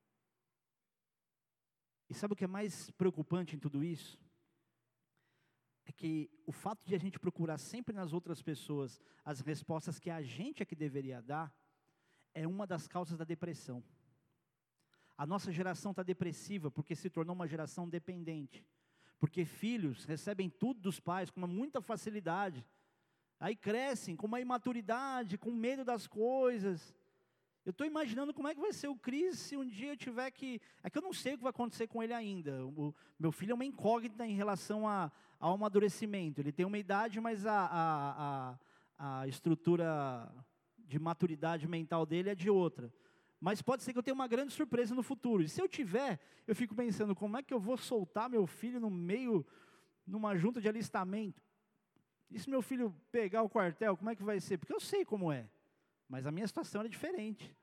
E sabe o que é mais preocupante em tudo isso? É que o fato de a gente procurar sempre nas outras pessoas as respostas que a gente é que deveria dar, é uma das causas da depressão. A nossa geração está depressiva porque se tornou uma geração dependente. Porque filhos recebem tudo dos pais com muita facilidade. Aí crescem com uma imaturidade, com medo das coisas. Eu estou imaginando como é que vai ser o Cris se um dia eu tiver que... É que eu não sei o que vai acontecer com ele ainda. O meu filho é uma incógnita em relação a, ao amadurecimento. Ele tem uma idade, mas a, a, a, a estrutura de maturidade mental dele é de outra. Mas pode ser que eu tenha uma grande surpresa no futuro. E se eu tiver, eu fico pensando, como é que eu vou soltar meu filho no meio, numa junta de alistamento? E se meu filho pegar o quartel, como é que vai ser? Porque eu sei como é, mas a minha situação era diferente.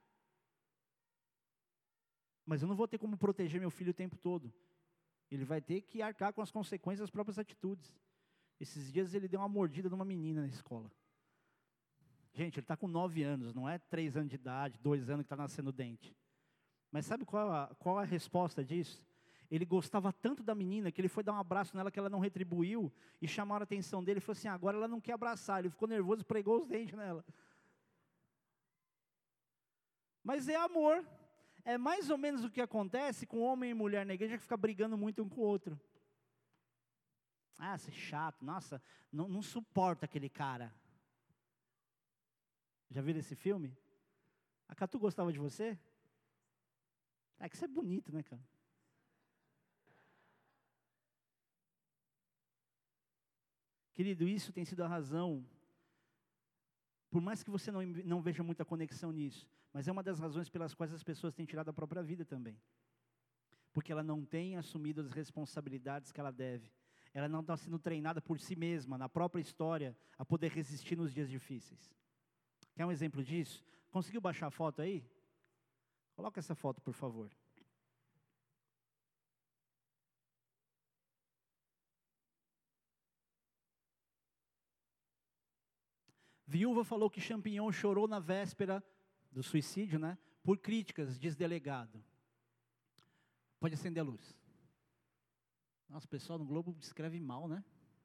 Mas eu não vou ter como proteger meu filho o tempo todo. Ele vai ter que arcar com as consequências das próprias atitudes. Esses dias ele deu uma mordida numa menina na escola. Gente, ele está com nove anos, não é três anos de idade, dois anos que está nascendo dente. Mas sabe qual a, qual a resposta disso? Ele gostava tanto da menina que ele foi dar um abraço nela que ela não retribuiu e chamaram a atenção dele e falou assim, agora ela não quer abraçar. Ele ficou nervoso e pregou os dentes nela. Mas é amor. É mais ou menos o que acontece com homem e mulher na igreja que fica brigando muito um com o outro. Ah, você é chato, nossa, não, não suporta aquele cara. Já viram esse filme? A Catu gostava de você? É que você é bonito, né, cara? Querido, isso tem sido a razão Por mais que você não, não veja muita conexão nisso, mas é uma das razões pelas quais as pessoas têm tirado a própria vida também. Porque ela não tem assumido as responsabilidades que ela deve. Ela não está sendo treinada por si mesma, na própria história, a poder resistir nos dias difíceis. Quer um exemplo disso? Conseguiu baixar a foto aí? Coloca essa foto, por favor. Viúva falou que Champignon chorou na véspera do suicídio, né? Por críticas, diz delegado. Pode acender a luz. Nossa, o pessoal no Globo escreve mal, né?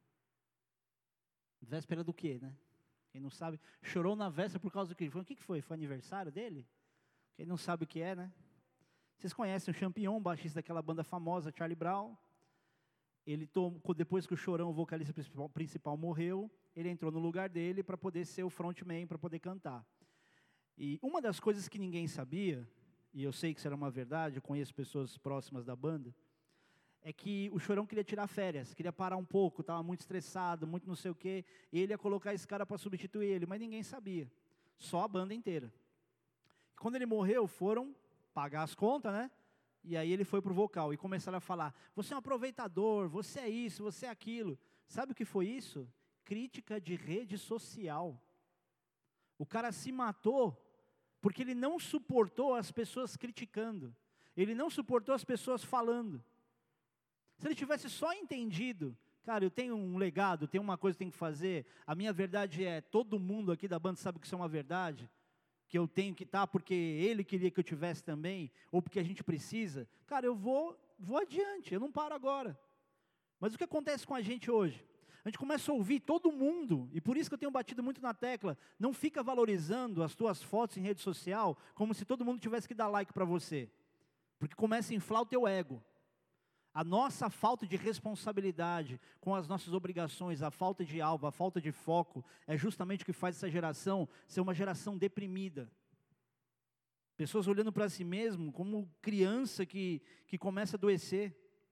Véspera do quê, né? Quem não sabe, chorou na véspera por causa do quê? O que foi? Foi aniversário dele? Quem não sabe o que é, né? Vocês conhecem o Champignon, baixista daquela banda famosa, Charlie Brown. Ele tomou, depois que o Chorão, o vocalista principal, principal morreu, ele entrou no lugar dele para poder ser o frontman, para poder cantar. E uma das coisas que ninguém sabia, e eu sei que isso era uma verdade, eu conheço pessoas próximas da banda, é que o Chorão queria tirar férias, queria parar um pouco, estava muito estressado, muito não sei o quê, e ele ia colocar esse cara para substituir ele, mas ninguém sabia, só a banda inteira. E quando ele morreu, foram pagar as contas, né? E aí ele foi para o vocal e começaram a falar, você é um aproveitador, você é isso, você é aquilo. Sabe o que foi isso? Crítica de rede social. O cara se matou porque ele não suportou as pessoas criticando. Ele não suportou as pessoas falando. Se ele tivesse só entendido, cara, eu tenho um legado, tenho uma coisa que tenho que fazer, a minha verdade é, todo mundo aqui da banda sabe que isso é uma verdade, que eu tenho que estar porque ele queria que eu tivesse também, ou porque a gente precisa, cara, eu vou, vou adiante, eu não paro agora. Mas o que acontece com a gente hoje? A gente começa a ouvir todo mundo, e por isso que eu tenho batido muito na tecla, não fica valorizando as tuas fotos em rede social, como se todo mundo tivesse que dar like para você, porque começa a inflar o teu ego. A nossa falta de responsabilidade com as nossas obrigações, a falta de alvo, a falta de foco, é justamente o que faz essa geração ser uma geração deprimida. Pessoas olhando para si mesmo como criança que, que começa a adoecer.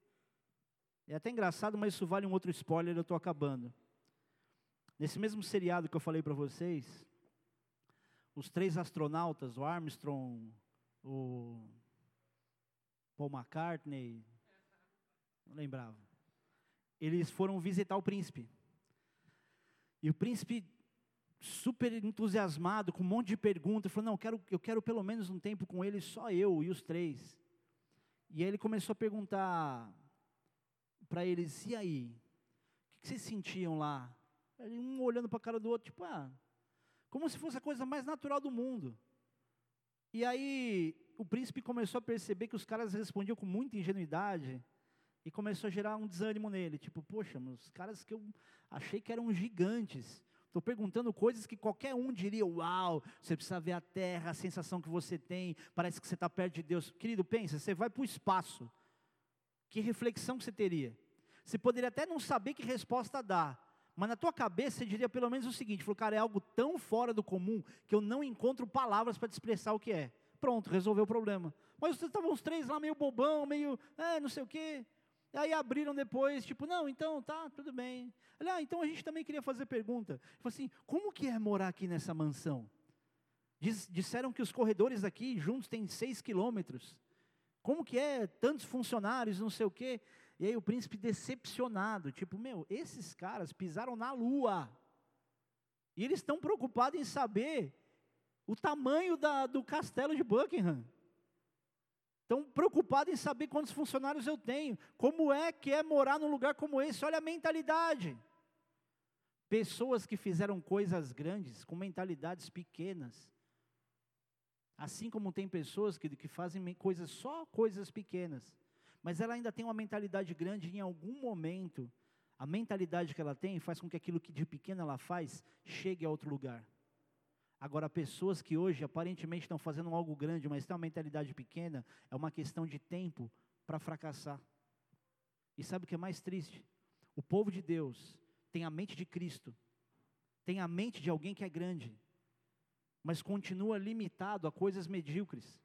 É até engraçado, mas isso vale um outro spoiler, eu estou acabando. Nesse mesmo seriado que eu falei para vocês, os três astronautas, o Armstrong, o Paul McCartney, não lembrava. Eles foram visitar o príncipe. E o príncipe, super entusiasmado, com um monte de perguntas, falou, não, eu quero, eu quero pelo menos um tempo com ele, só eu e os três. E aí ele começou a perguntar para eles, e aí? O que vocês sentiam lá? Um olhando para a cara do outro, tipo, ah, como se fosse a coisa mais natural do mundo. E aí o príncipe começou a perceber que os caras respondiam com muita ingenuidade, e começou a gerar um desânimo nele, tipo, poxa, os caras que eu achei que eram gigantes, estou perguntando coisas que qualquer um diria, uau, você precisa ver a terra, a sensação que você tem, parece que você está perto de Deus. Querido, pensa, você vai para o espaço, que reflexão que você teria? Você poderia até não saber que resposta dar, mas na tua cabeça você diria pelo menos o seguinte, falou, cara, é algo tão fora do comum, que eu não encontro palavras para te expressar o que é. Pronto, resolveu o problema. Mas vocês estavam os três lá meio bobão, meio, é, não sei o quê. E aí abriram depois, tipo, não, então, tá, tudo bem. Ah, então a gente também queria fazer pergunta. Falei assim, como que é morar aqui nessa mansão? Diz, disseram que os corredores aqui juntos têm seis quilômetros. Como que é, tantos funcionários, não sei o quê. E aí o príncipe decepcionado, tipo, meu, esses caras pisaram na lua. E eles estão preocupados em saber o tamanho da, do castelo de Buckingham. Estão preocupados em saber quantos funcionários eu tenho. Como é que é morar num lugar como esse? Olha a mentalidade. Pessoas que fizeram coisas grandes com mentalidades pequenas. Assim como tem pessoas que, que fazem coisas, só coisas pequenas. Mas ela ainda tem uma mentalidade grande e em algum momento, a mentalidade que ela tem faz com que aquilo que de pequeno ela faz, chegue a outro lugar. Agora, pessoas que hoje aparentemente estão fazendo algo grande, mas têm uma mentalidade pequena, é uma questão de tempo para fracassar. E sabe o que é mais triste? O povo de Deus tem a mente de Cristo, tem a mente de alguém que é grande, mas continua limitado a coisas medíocres.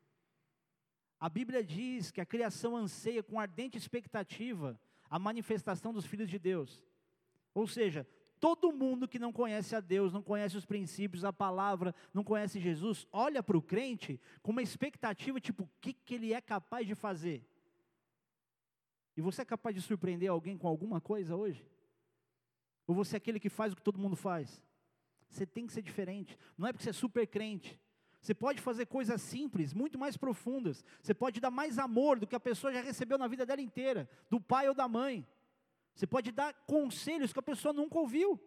A Bíblia diz que a criação anseia com ardente expectativa a manifestação dos filhos de Deus. Ou seja, Todo mundo que não conhece a Deus, não conhece os princípios, a palavra, não conhece Jesus, olha para o crente com uma expectativa, tipo, o que, que ele é capaz de fazer? E você é capaz de surpreender alguém com alguma coisa hoje? Ou você é aquele que faz o que todo mundo faz? Você tem que ser diferente, não é porque você é super crente. Você pode fazer coisas simples, muito mais profundas. Você pode dar mais amor do que a pessoa já recebeu na vida dela inteira, do pai ou da mãe. Você pode dar conselhos que a pessoa nunca ouviu.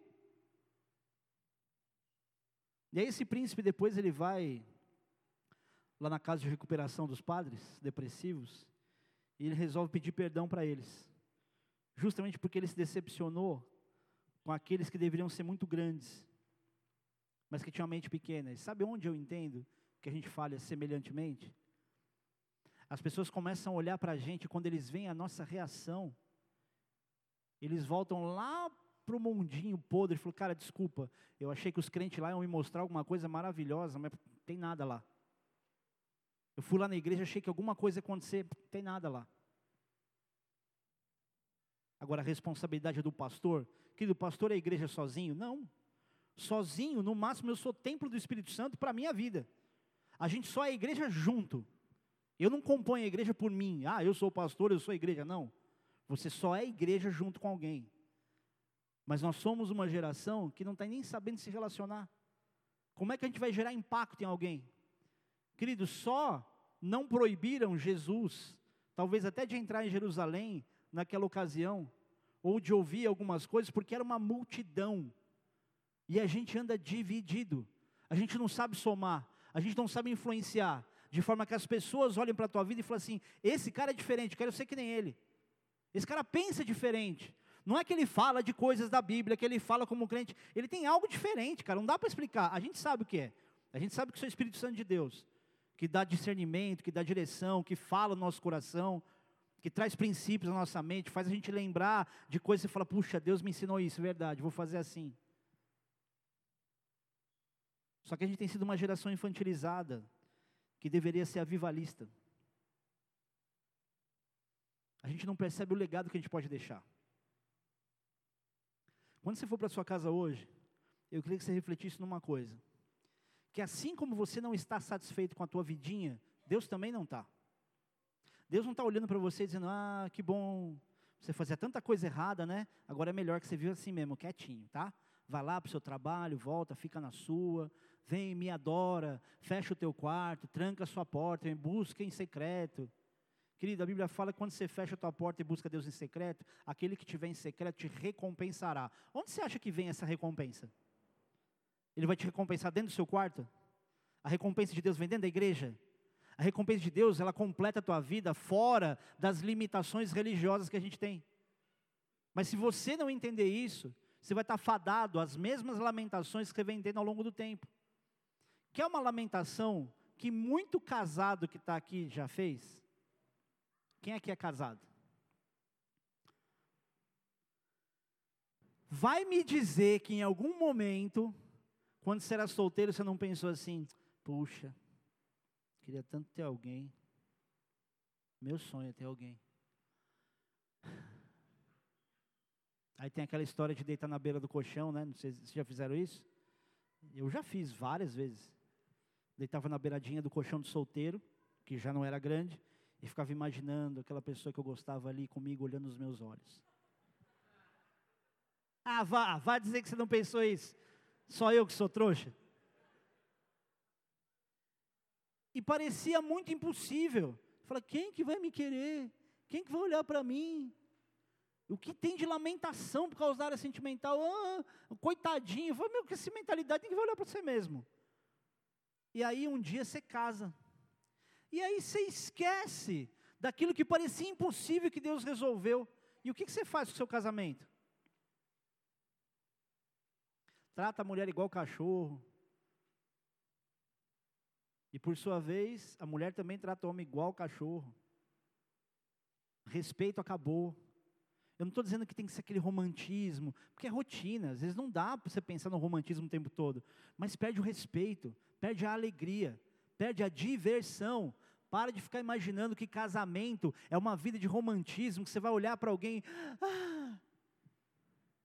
E aí esse príncipe depois ele vai lá na casa de recuperação dos padres depressivos, e ele resolve pedir perdão para eles. Justamente porque ele se decepcionou com aqueles que deveriam ser muito grandes, mas que tinham a mente pequena. E sabe onde eu entendo que a gente falha semelhantemente? As pessoas começam a olhar para a gente, quando eles veem a nossa reação, eles voltam lá para o mundinho podre e falam, cara, desculpa, eu achei que os crentes lá iam me mostrar alguma coisa maravilhosa, mas não tem nada lá. Eu fui lá na igreja, achei que alguma coisa ia acontecer, não tem nada lá. Agora a responsabilidade é do pastor, que o pastor é a igreja sozinho? Não. Sozinho, no máximo eu sou templo do Espírito Santo para a minha vida. A gente só é igreja junto. Eu não componho a igreja por mim, ah, eu sou o pastor, eu sou a igreja, não. Você só é igreja junto com alguém. Mas nós somos uma geração que não está nem sabendo se relacionar. Como é que a gente vai gerar impacto em alguém? Queridos, só não proibiram Jesus, talvez até de entrar em Jerusalém, naquela ocasião, ou de ouvir algumas coisas, porque era uma multidão. E a gente anda dividido. A gente não sabe somar, a gente não sabe influenciar, de forma que as pessoas olhem para a tua vida e falem assim, esse cara é diferente, eu quero ser que nem ele. Esse cara pensa diferente. Não é que ele fala de coisas da Bíblia, que ele fala como crente. Ele tem algo diferente, cara. Não dá para explicar. A gente sabe o que é. A gente sabe que isso é o Espírito Santo de Deus. Que dá discernimento, que dá direção, que fala no nosso coração, que traz princípios na nossa mente, faz a gente lembrar de coisas e fala, puxa, Deus me ensinou isso, é verdade, vou fazer assim. Só que a gente tem sido uma geração infantilizada, que deveria ser avivalista. A gente não percebe o legado que a gente pode deixar. Quando você for para a sua casa hoje, eu queria que você refletisse numa coisa. Que assim como você não está satisfeito com a tua vidinha, Deus também não está. Deus não está olhando para você dizendo, ah, que bom, você fazia tanta coisa errada, né? Agora é melhor que você viva assim mesmo, quietinho, tá? Vai lá para o seu trabalho, volta, fica na sua, vem, me adora, fecha o teu quarto, tranca a sua porta, me busca em secreto. Querido, a Bíblia fala que quando você fecha a tua porta e busca Deus em secreto, aquele que estiver em secreto te recompensará. Onde você acha que vem essa recompensa? Ele vai te recompensar dentro do seu quarto? A recompensa de Deus vem dentro da igreja? A recompensa de Deus, ela completa a tua vida fora das limitações religiosas que a gente tem. Mas se você não entender isso, você vai estar fadado às mesmas lamentações que você vem tendo ao longo do tempo. Que é uma lamentação que muito casado que está aqui já fez? Quem aqui é casado? Vai me dizer que em algum momento, quando você era solteiro, você não pensou assim, puxa, queria tanto ter alguém. Meu sonho é ter alguém. Aí tem aquela história de deitar na beira do colchão, né? Não sei se vocês já fizeram isso. Eu já fiz várias vezes. Deitava na beiradinha do colchão do solteiro, que já não era grande, e ficava imaginando aquela pessoa que eu gostava ali comigo, olhando nos meus olhos. Ah, vá, vá dizer que você não pensou isso. Só eu que sou trouxa. E parecia muito impossível. Fala, quem que vai me querer? Quem que vai olhar para mim? O que tem de lamentação por causa da área sentimental? Ah, coitadinho. Fala, meu, que essa mentalidade, tem que vai olhar para você mesmo. E aí um dia você casa. E aí você esquece daquilo que parecia impossível que Deus resolveu. E o que, que você faz com o seu casamento? Trata a mulher igual cachorro. E por sua vez, a mulher também trata o homem igual cachorro. Respeito acabou. Eu não estou dizendo que tem que ser aquele romantismo, porque é rotina. Às vezes não dá para você pensar no romantismo o tempo todo. Mas perde o respeito, perde a alegria, perde a diversão. Para de ficar imaginando que casamento é uma vida de romantismo, que você vai olhar para alguém, ah,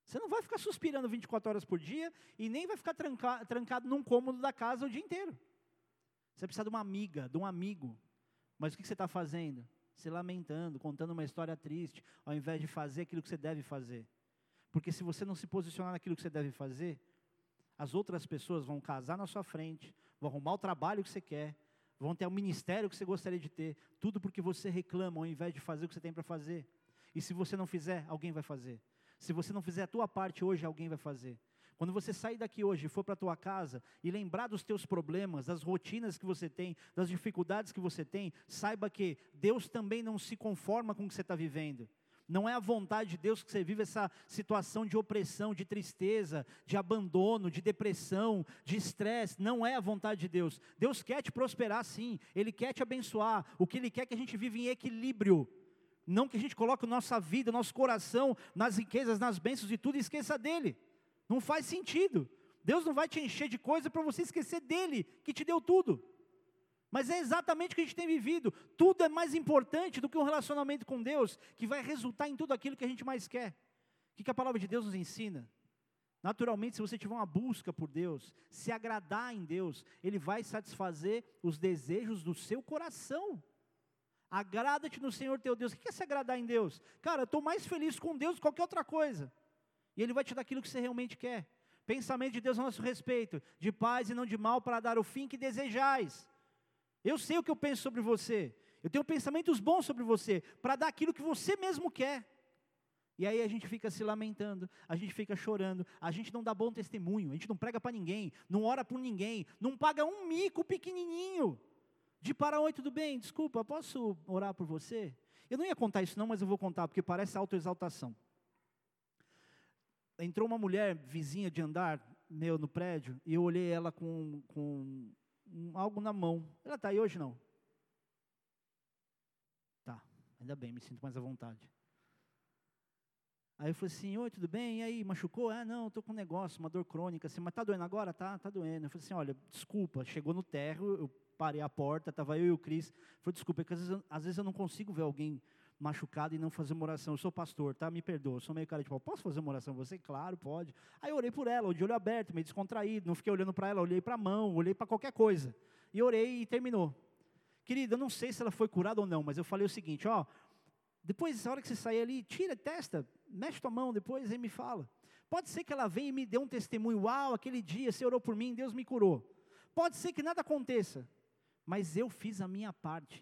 Você não vai ficar suspirando vinte e quatro horas por dia e nem vai ficar tranca, trancado num cômodo da casa o dia inteiro. Você precisa de uma amiga, de um amigo. Mas o que você está fazendo? Se lamentando, contando uma história triste, ao invés de fazer aquilo que você deve fazer. Porque se você não se posicionar naquilo que você deve fazer, as outras pessoas vão casar na sua frente, vão arrumar o trabalho que você quer, vão ter o ministério que você gostaria de ter, tudo porque você reclama ao invés de fazer o que você tem para fazer. E se você não fizer, alguém vai fazer. Se você não fizer a tua parte hoje, alguém vai fazer. Quando você sair daqui hoje e for para a tua casa e lembrar dos teus problemas, das rotinas que você tem, das dificuldades que você tem, saiba que Deus também não se conforma com o que você está vivendo. Não é a vontade de Deus que você vive essa situação de opressão, de tristeza, de abandono, de depressão, de estresse. Não é a vontade de Deus. Deus quer te prosperar sim, Ele quer te abençoar. O que Ele quer é que a gente viva em equilíbrio. Não que a gente coloque a nossa vida, nosso coração, nas riquezas, nas bênçãos e tudo e esqueça dEle. Não faz sentido. Deus não vai te encher de coisa para você esquecer dEle, que te deu tudo. Mas é exatamente o que a gente tem vivido. Tudo é mais importante do que um relacionamento com Deus, que vai resultar em tudo aquilo que a gente mais quer. O que, que a palavra de Deus nos ensina? Naturalmente, se você tiver uma busca por Deus, se agradar em Deus, Ele vai satisfazer os desejos do seu coração. Agrada-te no Senhor teu Deus. O que é se agradar em Deus? Cara, eu estou mais feliz com Deus do que qualquer outra coisa. E Ele vai te dar aquilo que você realmente quer. Pensamento de Deus a nosso respeito, de paz e não de mal, para dar o fim que desejais. Eu sei o que eu penso sobre você. Eu tenho pensamentos bons sobre você, para dar aquilo que você mesmo quer. E aí a gente fica se lamentando, a gente fica chorando, a gente não dá bom testemunho, a gente não prega para ninguém, não ora por ninguém, não paga um mico pequenininho. De para oi, tudo bem? Desculpa, posso orar por você? Eu não ia contar isso não, mas eu vou contar, porque parece autoexaltação. Entrou uma mulher vizinha de andar meu no prédio, e eu olhei ela com, com um, algo na mão. Ela está aí hoje não? Tá, ainda bem, me sinto mais à vontade. Aí eu falei assim, oi, tudo bem? E aí, machucou? Ah, não, estou com um negócio, uma dor crônica, assim, mas está doendo agora? Tá, tá doendo. Eu falei assim, olha, desculpa, chegou no térreo, eu parei a porta, estava eu e o Cris. Eu falei, desculpa, é que às vezes, eu, às vezes eu não consigo ver alguém machucado e não fazer uma oração. Eu sou pastor, tá? Me perdoa, eu sou meio cara de pau. Posso fazer uma oração com você? Claro, pode. Aí eu orei por ela, de olho aberto, meio descontraído, não fiquei olhando para ela, olhei para a mão, olhei para qualquer coisa. E orei e terminou. Querida, eu não sei se ela foi curada ou não, mas eu falei o seguinte, ó, depois, na hora que você sair ali, tira, testa, mexe tua mão depois e me fala. Pode ser que ela venha e me dê um testemunho, uau, aquele dia você orou por mim, Deus me curou. Pode ser que nada aconteça, mas eu fiz a minha parte.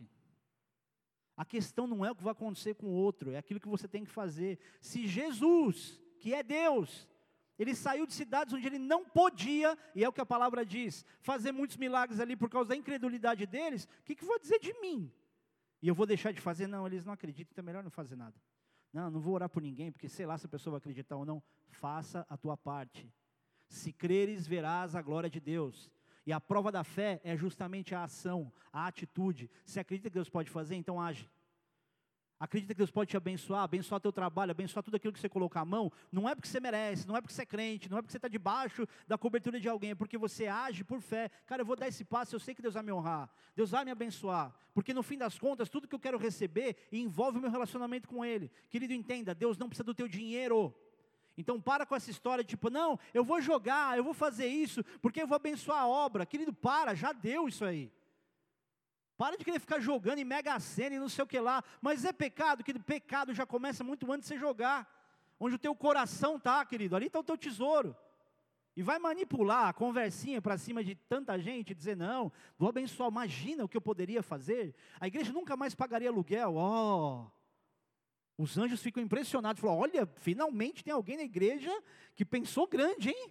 A questão não é o que vai acontecer com o outro, é aquilo que você tem que fazer. Se Jesus, que é Deus, Ele saiu de cidades onde Ele não podia, e é o que a palavra diz, fazer muitos milagres ali por causa da incredulidade deles, o que, que eu vou dizer de mim? E eu vou deixar de fazer? Não, eles não acreditam, então é melhor não fazer nada. Não, não vou orar por ninguém, porque sei lá se a pessoa vai acreditar ou não. Faça a tua parte. Se creres, verás a glória de Deus. E a prova da fé é justamente a ação, a atitude. Se acredita que Deus pode fazer, então age. Acredita que Deus pode te abençoar, abençoar teu trabalho, abençoar tudo aquilo que você colocar a mão. Não é porque você merece, não é porque você é crente, não é porque você está debaixo da cobertura de alguém, é porque você age por fé. Cara, eu vou dar esse passo, eu sei que Deus vai me honrar, Deus vai me abençoar. Porque no fim das contas, tudo que eu quero receber envolve o meu relacionamento com Ele. Querido, entenda, Deus não precisa do teu dinheiro. Então para com essa história de tipo, não, eu vou jogar, eu vou fazer isso, porque eu vou abençoar a obra. Querido, para, já deu isso aí. Para de querer ficar jogando em Mega Sena e não sei o que lá. Mas é pecado, querido, pecado já começa muito antes de você jogar. Onde o teu coração está, querido, ali está o teu tesouro. E vai manipular a conversinha para cima de tanta gente, dizer, não, vou abençoar, imagina o que eu poderia fazer. A igreja nunca mais pagaria aluguel, ó. Oh. Os anjos ficam impressionados, falam, olha, finalmente tem alguém na igreja que pensou grande, hein?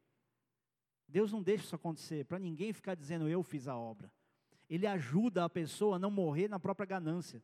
Deus não deixa isso acontecer, para ninguém ficar dizendo, eu fiz a obra. Ele ajuda a pessoa a não morrer na própria ganância.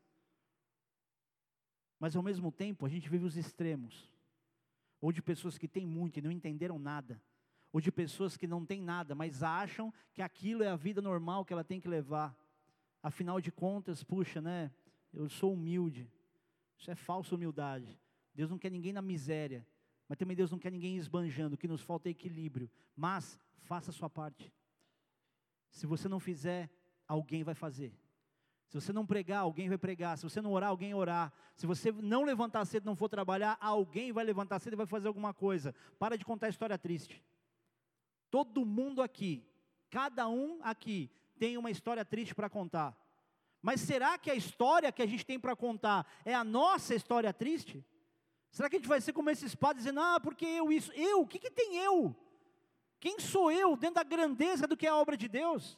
Mas ao mesmo tempo, a gente vive os extremos. Ou de pessoas que têm muito e não entenderam nada. Ou de pessoas que não têm nada, mas acham que aquilo é a vida normal que ela tem que levar. Afinal de contas, puxa, né? Eu sou humilde. Isso é falsa humildade. Deus não quer ninguém na miséria. Mas também Deus não quer ninguém esbanjando. O que nos falta é equilíbrio. Mas, faça a sua parte. Se você não fizer, alguém vai fazer. Se você não pregar, alguém vai pregar. Se você não orar, alguém orar. Se você não levantar cedo e não for trabalhar, alguém vai levantar cedo e vai fazer alguma coisa. Para de contar história triste. Todo mundo aqui, cada um aqui, tem uma história triste para contar. Mas será que a história que a gente tem para contar é a nossa história triste? Será que a gente vai ser como esses padres dizendo, ah, porque eu isso? Eu? O que, que tem eu? Quem sou eu dentro da grandeza do que é a obra de Deus?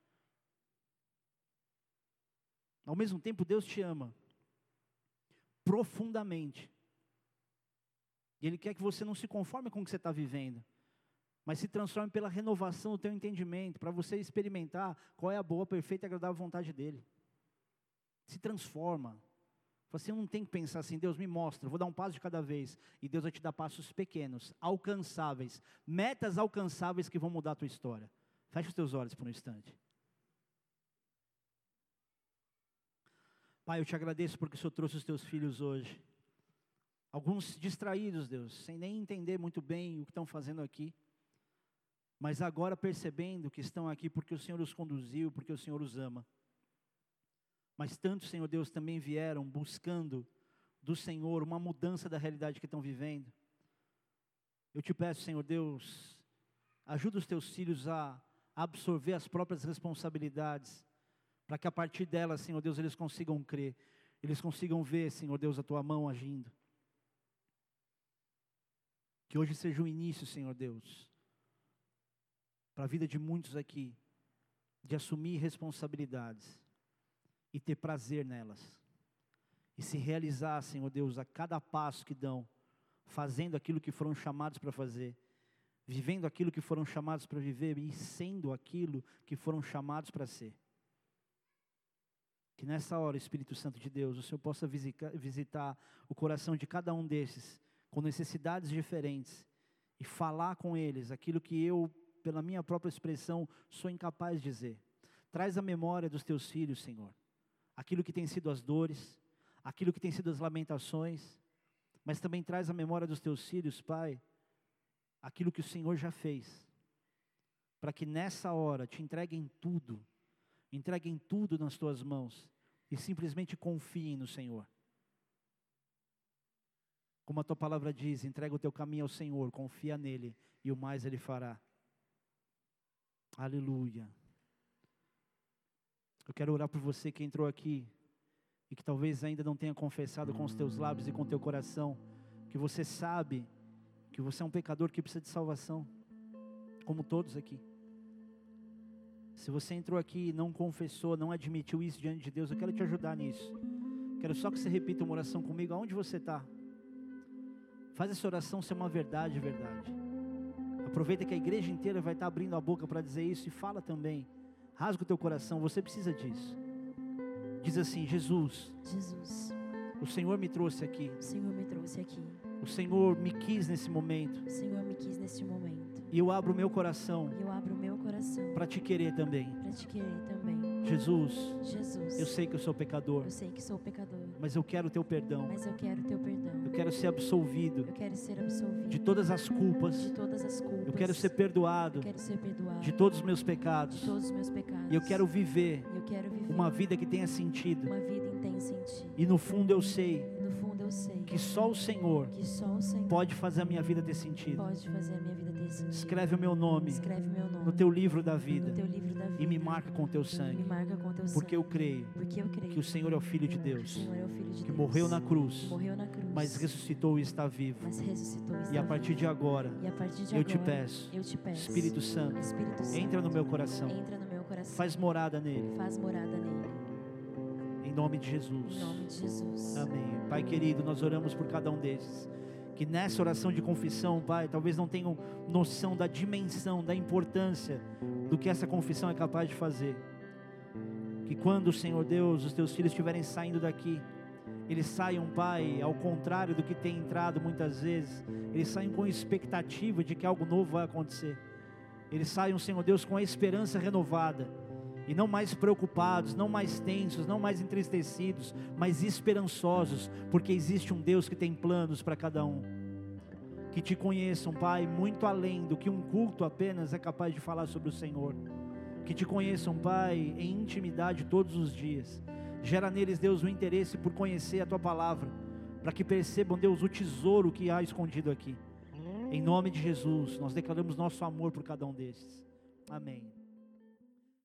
Ao mesmo tempo, Deus te ama profundamente. E Ele quer que você não se conforme com o que você está vivendo, mas se transforme pela renovação do teu entendimento, para você experimentar qual é a boa, perfeita e agradável vontade dEle. Se transforma. Você não tem que pensar assim, Deus me mostra, eu vou dar um passo de cada vez. E Deus vai te dar passos pequenos, alcançáveis, metas alcançáveis que vão mudar a tua história. Feche os teus olhos por um instante. Pai, eu te agradeço porque o Senhor trouxe os teus filhos hoje. Alguns distraídos, Deus, sem nem entender muito bem o que estão fazendo aqui. Mas agora percebendo que estão aqui porque o Senhor os conduziu, porque o Senhor os ama. Mas tantos, Senhor Deus, também vieram buscando do Senhor uma mudança da realidade que estão vivendo. Eu te peço, Senhor Deus, ajuda os teus filhos a absorver as próprias responsabilidades, para que a partir delas, Senhor Deus, eles consigam crer, eles consigam ver, Senhor Deus, a Tua mão agindo. Que hoje seja o início, Senhor Deus, para a vida de muitos aqui, de assumir responsabilidades e ter prazer nelas. E se realizar, Senhor Deus, a cada passo que dão, fazendo aquilo que foram chamados para fazer, vivendo aquilo que foram chamados para viver e sendo aquilo que foram chamados para ser. Que nessa hora, Espírito Santo de Deus, o Senhor possa visitar, visitar o coração de cada um desses, com necessidades diferentes, e falar com eles aquilo que eu, pela minha própria expressão, sou incapaz de dizer. Traz a memória dos teus filhos, Senhor, aquilo que tem sido as dores, aquilo que tem sido as lamentações, mas também traz a memória dos teus filhos, Pai, aquilo que o Senhor já fez, para que nessa hora te entreguem tudo, entreguem tudo nas tuas mãos e simplesmente confiem no Senhor. Como a tua palavra diz, entrega o teu caminho ao Senhor, confia nele e o mais ele fará. Aleluia. Eu quero orar por você que entrou aqui e que talvez ainda não tenha confessado com os teus lábios e com o teu coração, que você sabe que você é um pecador que precisa de salvação, como todos aqui. Se você entrou aqui e não confessou, não admitiu isso diante de Deus, eu quero te ajudar nisso. Quero só que você repita uma oração comigo, aonde você está. Faz essa oração ser uma verdade, verdade. Aproveita que a igreja inteira vai estar abrindo a boca para dizer isso e fala também. Rasga o teu coração, você precisa disso. Diz assim, Jesus, Jesus, o Senhor me trouxe aqui. o Senhor me trouxe aqui. O Senhor me quis nesse momento. O Senhor me quis neste momento. E eu abro o meu coração E eu abro o meu coração para te querer também. para te querer também. Jesus, Jesus, eu sei que eu sou pecador, eu sei que sou pecador, mas eu quero o teu perdão. mas eu quero teu perdão. Eu quero ser absolvido Eu quero ser absolvido de todas as culpas. de todas as culpas. Eu quero ser perdoado Eu quero ser perdoado de todos os meus de pecados. todos os meus pecados. E eu quero viver E eu quero viver uma vida que tenha sentido. uma vida intensa em ti. E no fundo eu sei E no fundo eu sei que só o Senhor que só o Senhor pode fazer a minha vida ter sentido. pode fazer a minha vida ter sentido. Escreve o meu nome Escreve meu nome no teu livro da no vida teu livro da vida e me marca com teu e sangue, me marca com teu porque sangue. eu creio Porque eu creio que o Senhor é o Filho de que o Deus, Senhor é o Filho de que Deus, morreu na que cruz, morreu na cruz, mas ressuscitou e está vivo. mas ressuscitou e E está a partir vivo. de agora, E a partir de eu te agora, peço, eu te peço, Espírito Santo, Espírito Santo, entra no meu coração, entra no meu coração, faz morada nele, faz morada nele, em nome de Jesus. em nome de Jesus. Amém. Pai querido, nós oramos por cada um desses, que nessa oração de confissão, Pai, talvez não tenham noção da dimensão, da importância do que essa confissão é capaz de fazer. Que quando, Senhor Deus, os teus filhos estiverem saindo daqui, eles saiam, Pai, ao contrário do que tem entrado muitas vezes, eles saiam com expectativa de que algo novo vai acontecer. Eles saiam, Senhor Deus, com a esperança renovada, e não mais preocupados, não mais tensos, não mais entristecidos, mas esperançosos, porque existe um Deus que tem planos para cada um. Que te conheçam, Pai, muito além do que um culto apenas é capaz de falar sobre o Senhor. Que te conheçam, Pai, em intimidade todos os dias. Gera neles, Deus, o interesse por conhecer a Tua palavra, para que percebam, Deus, o tesouro que há escondido aqui. Em nome de Jesus, nós declaramos nosso amor por cada um desses. Amém.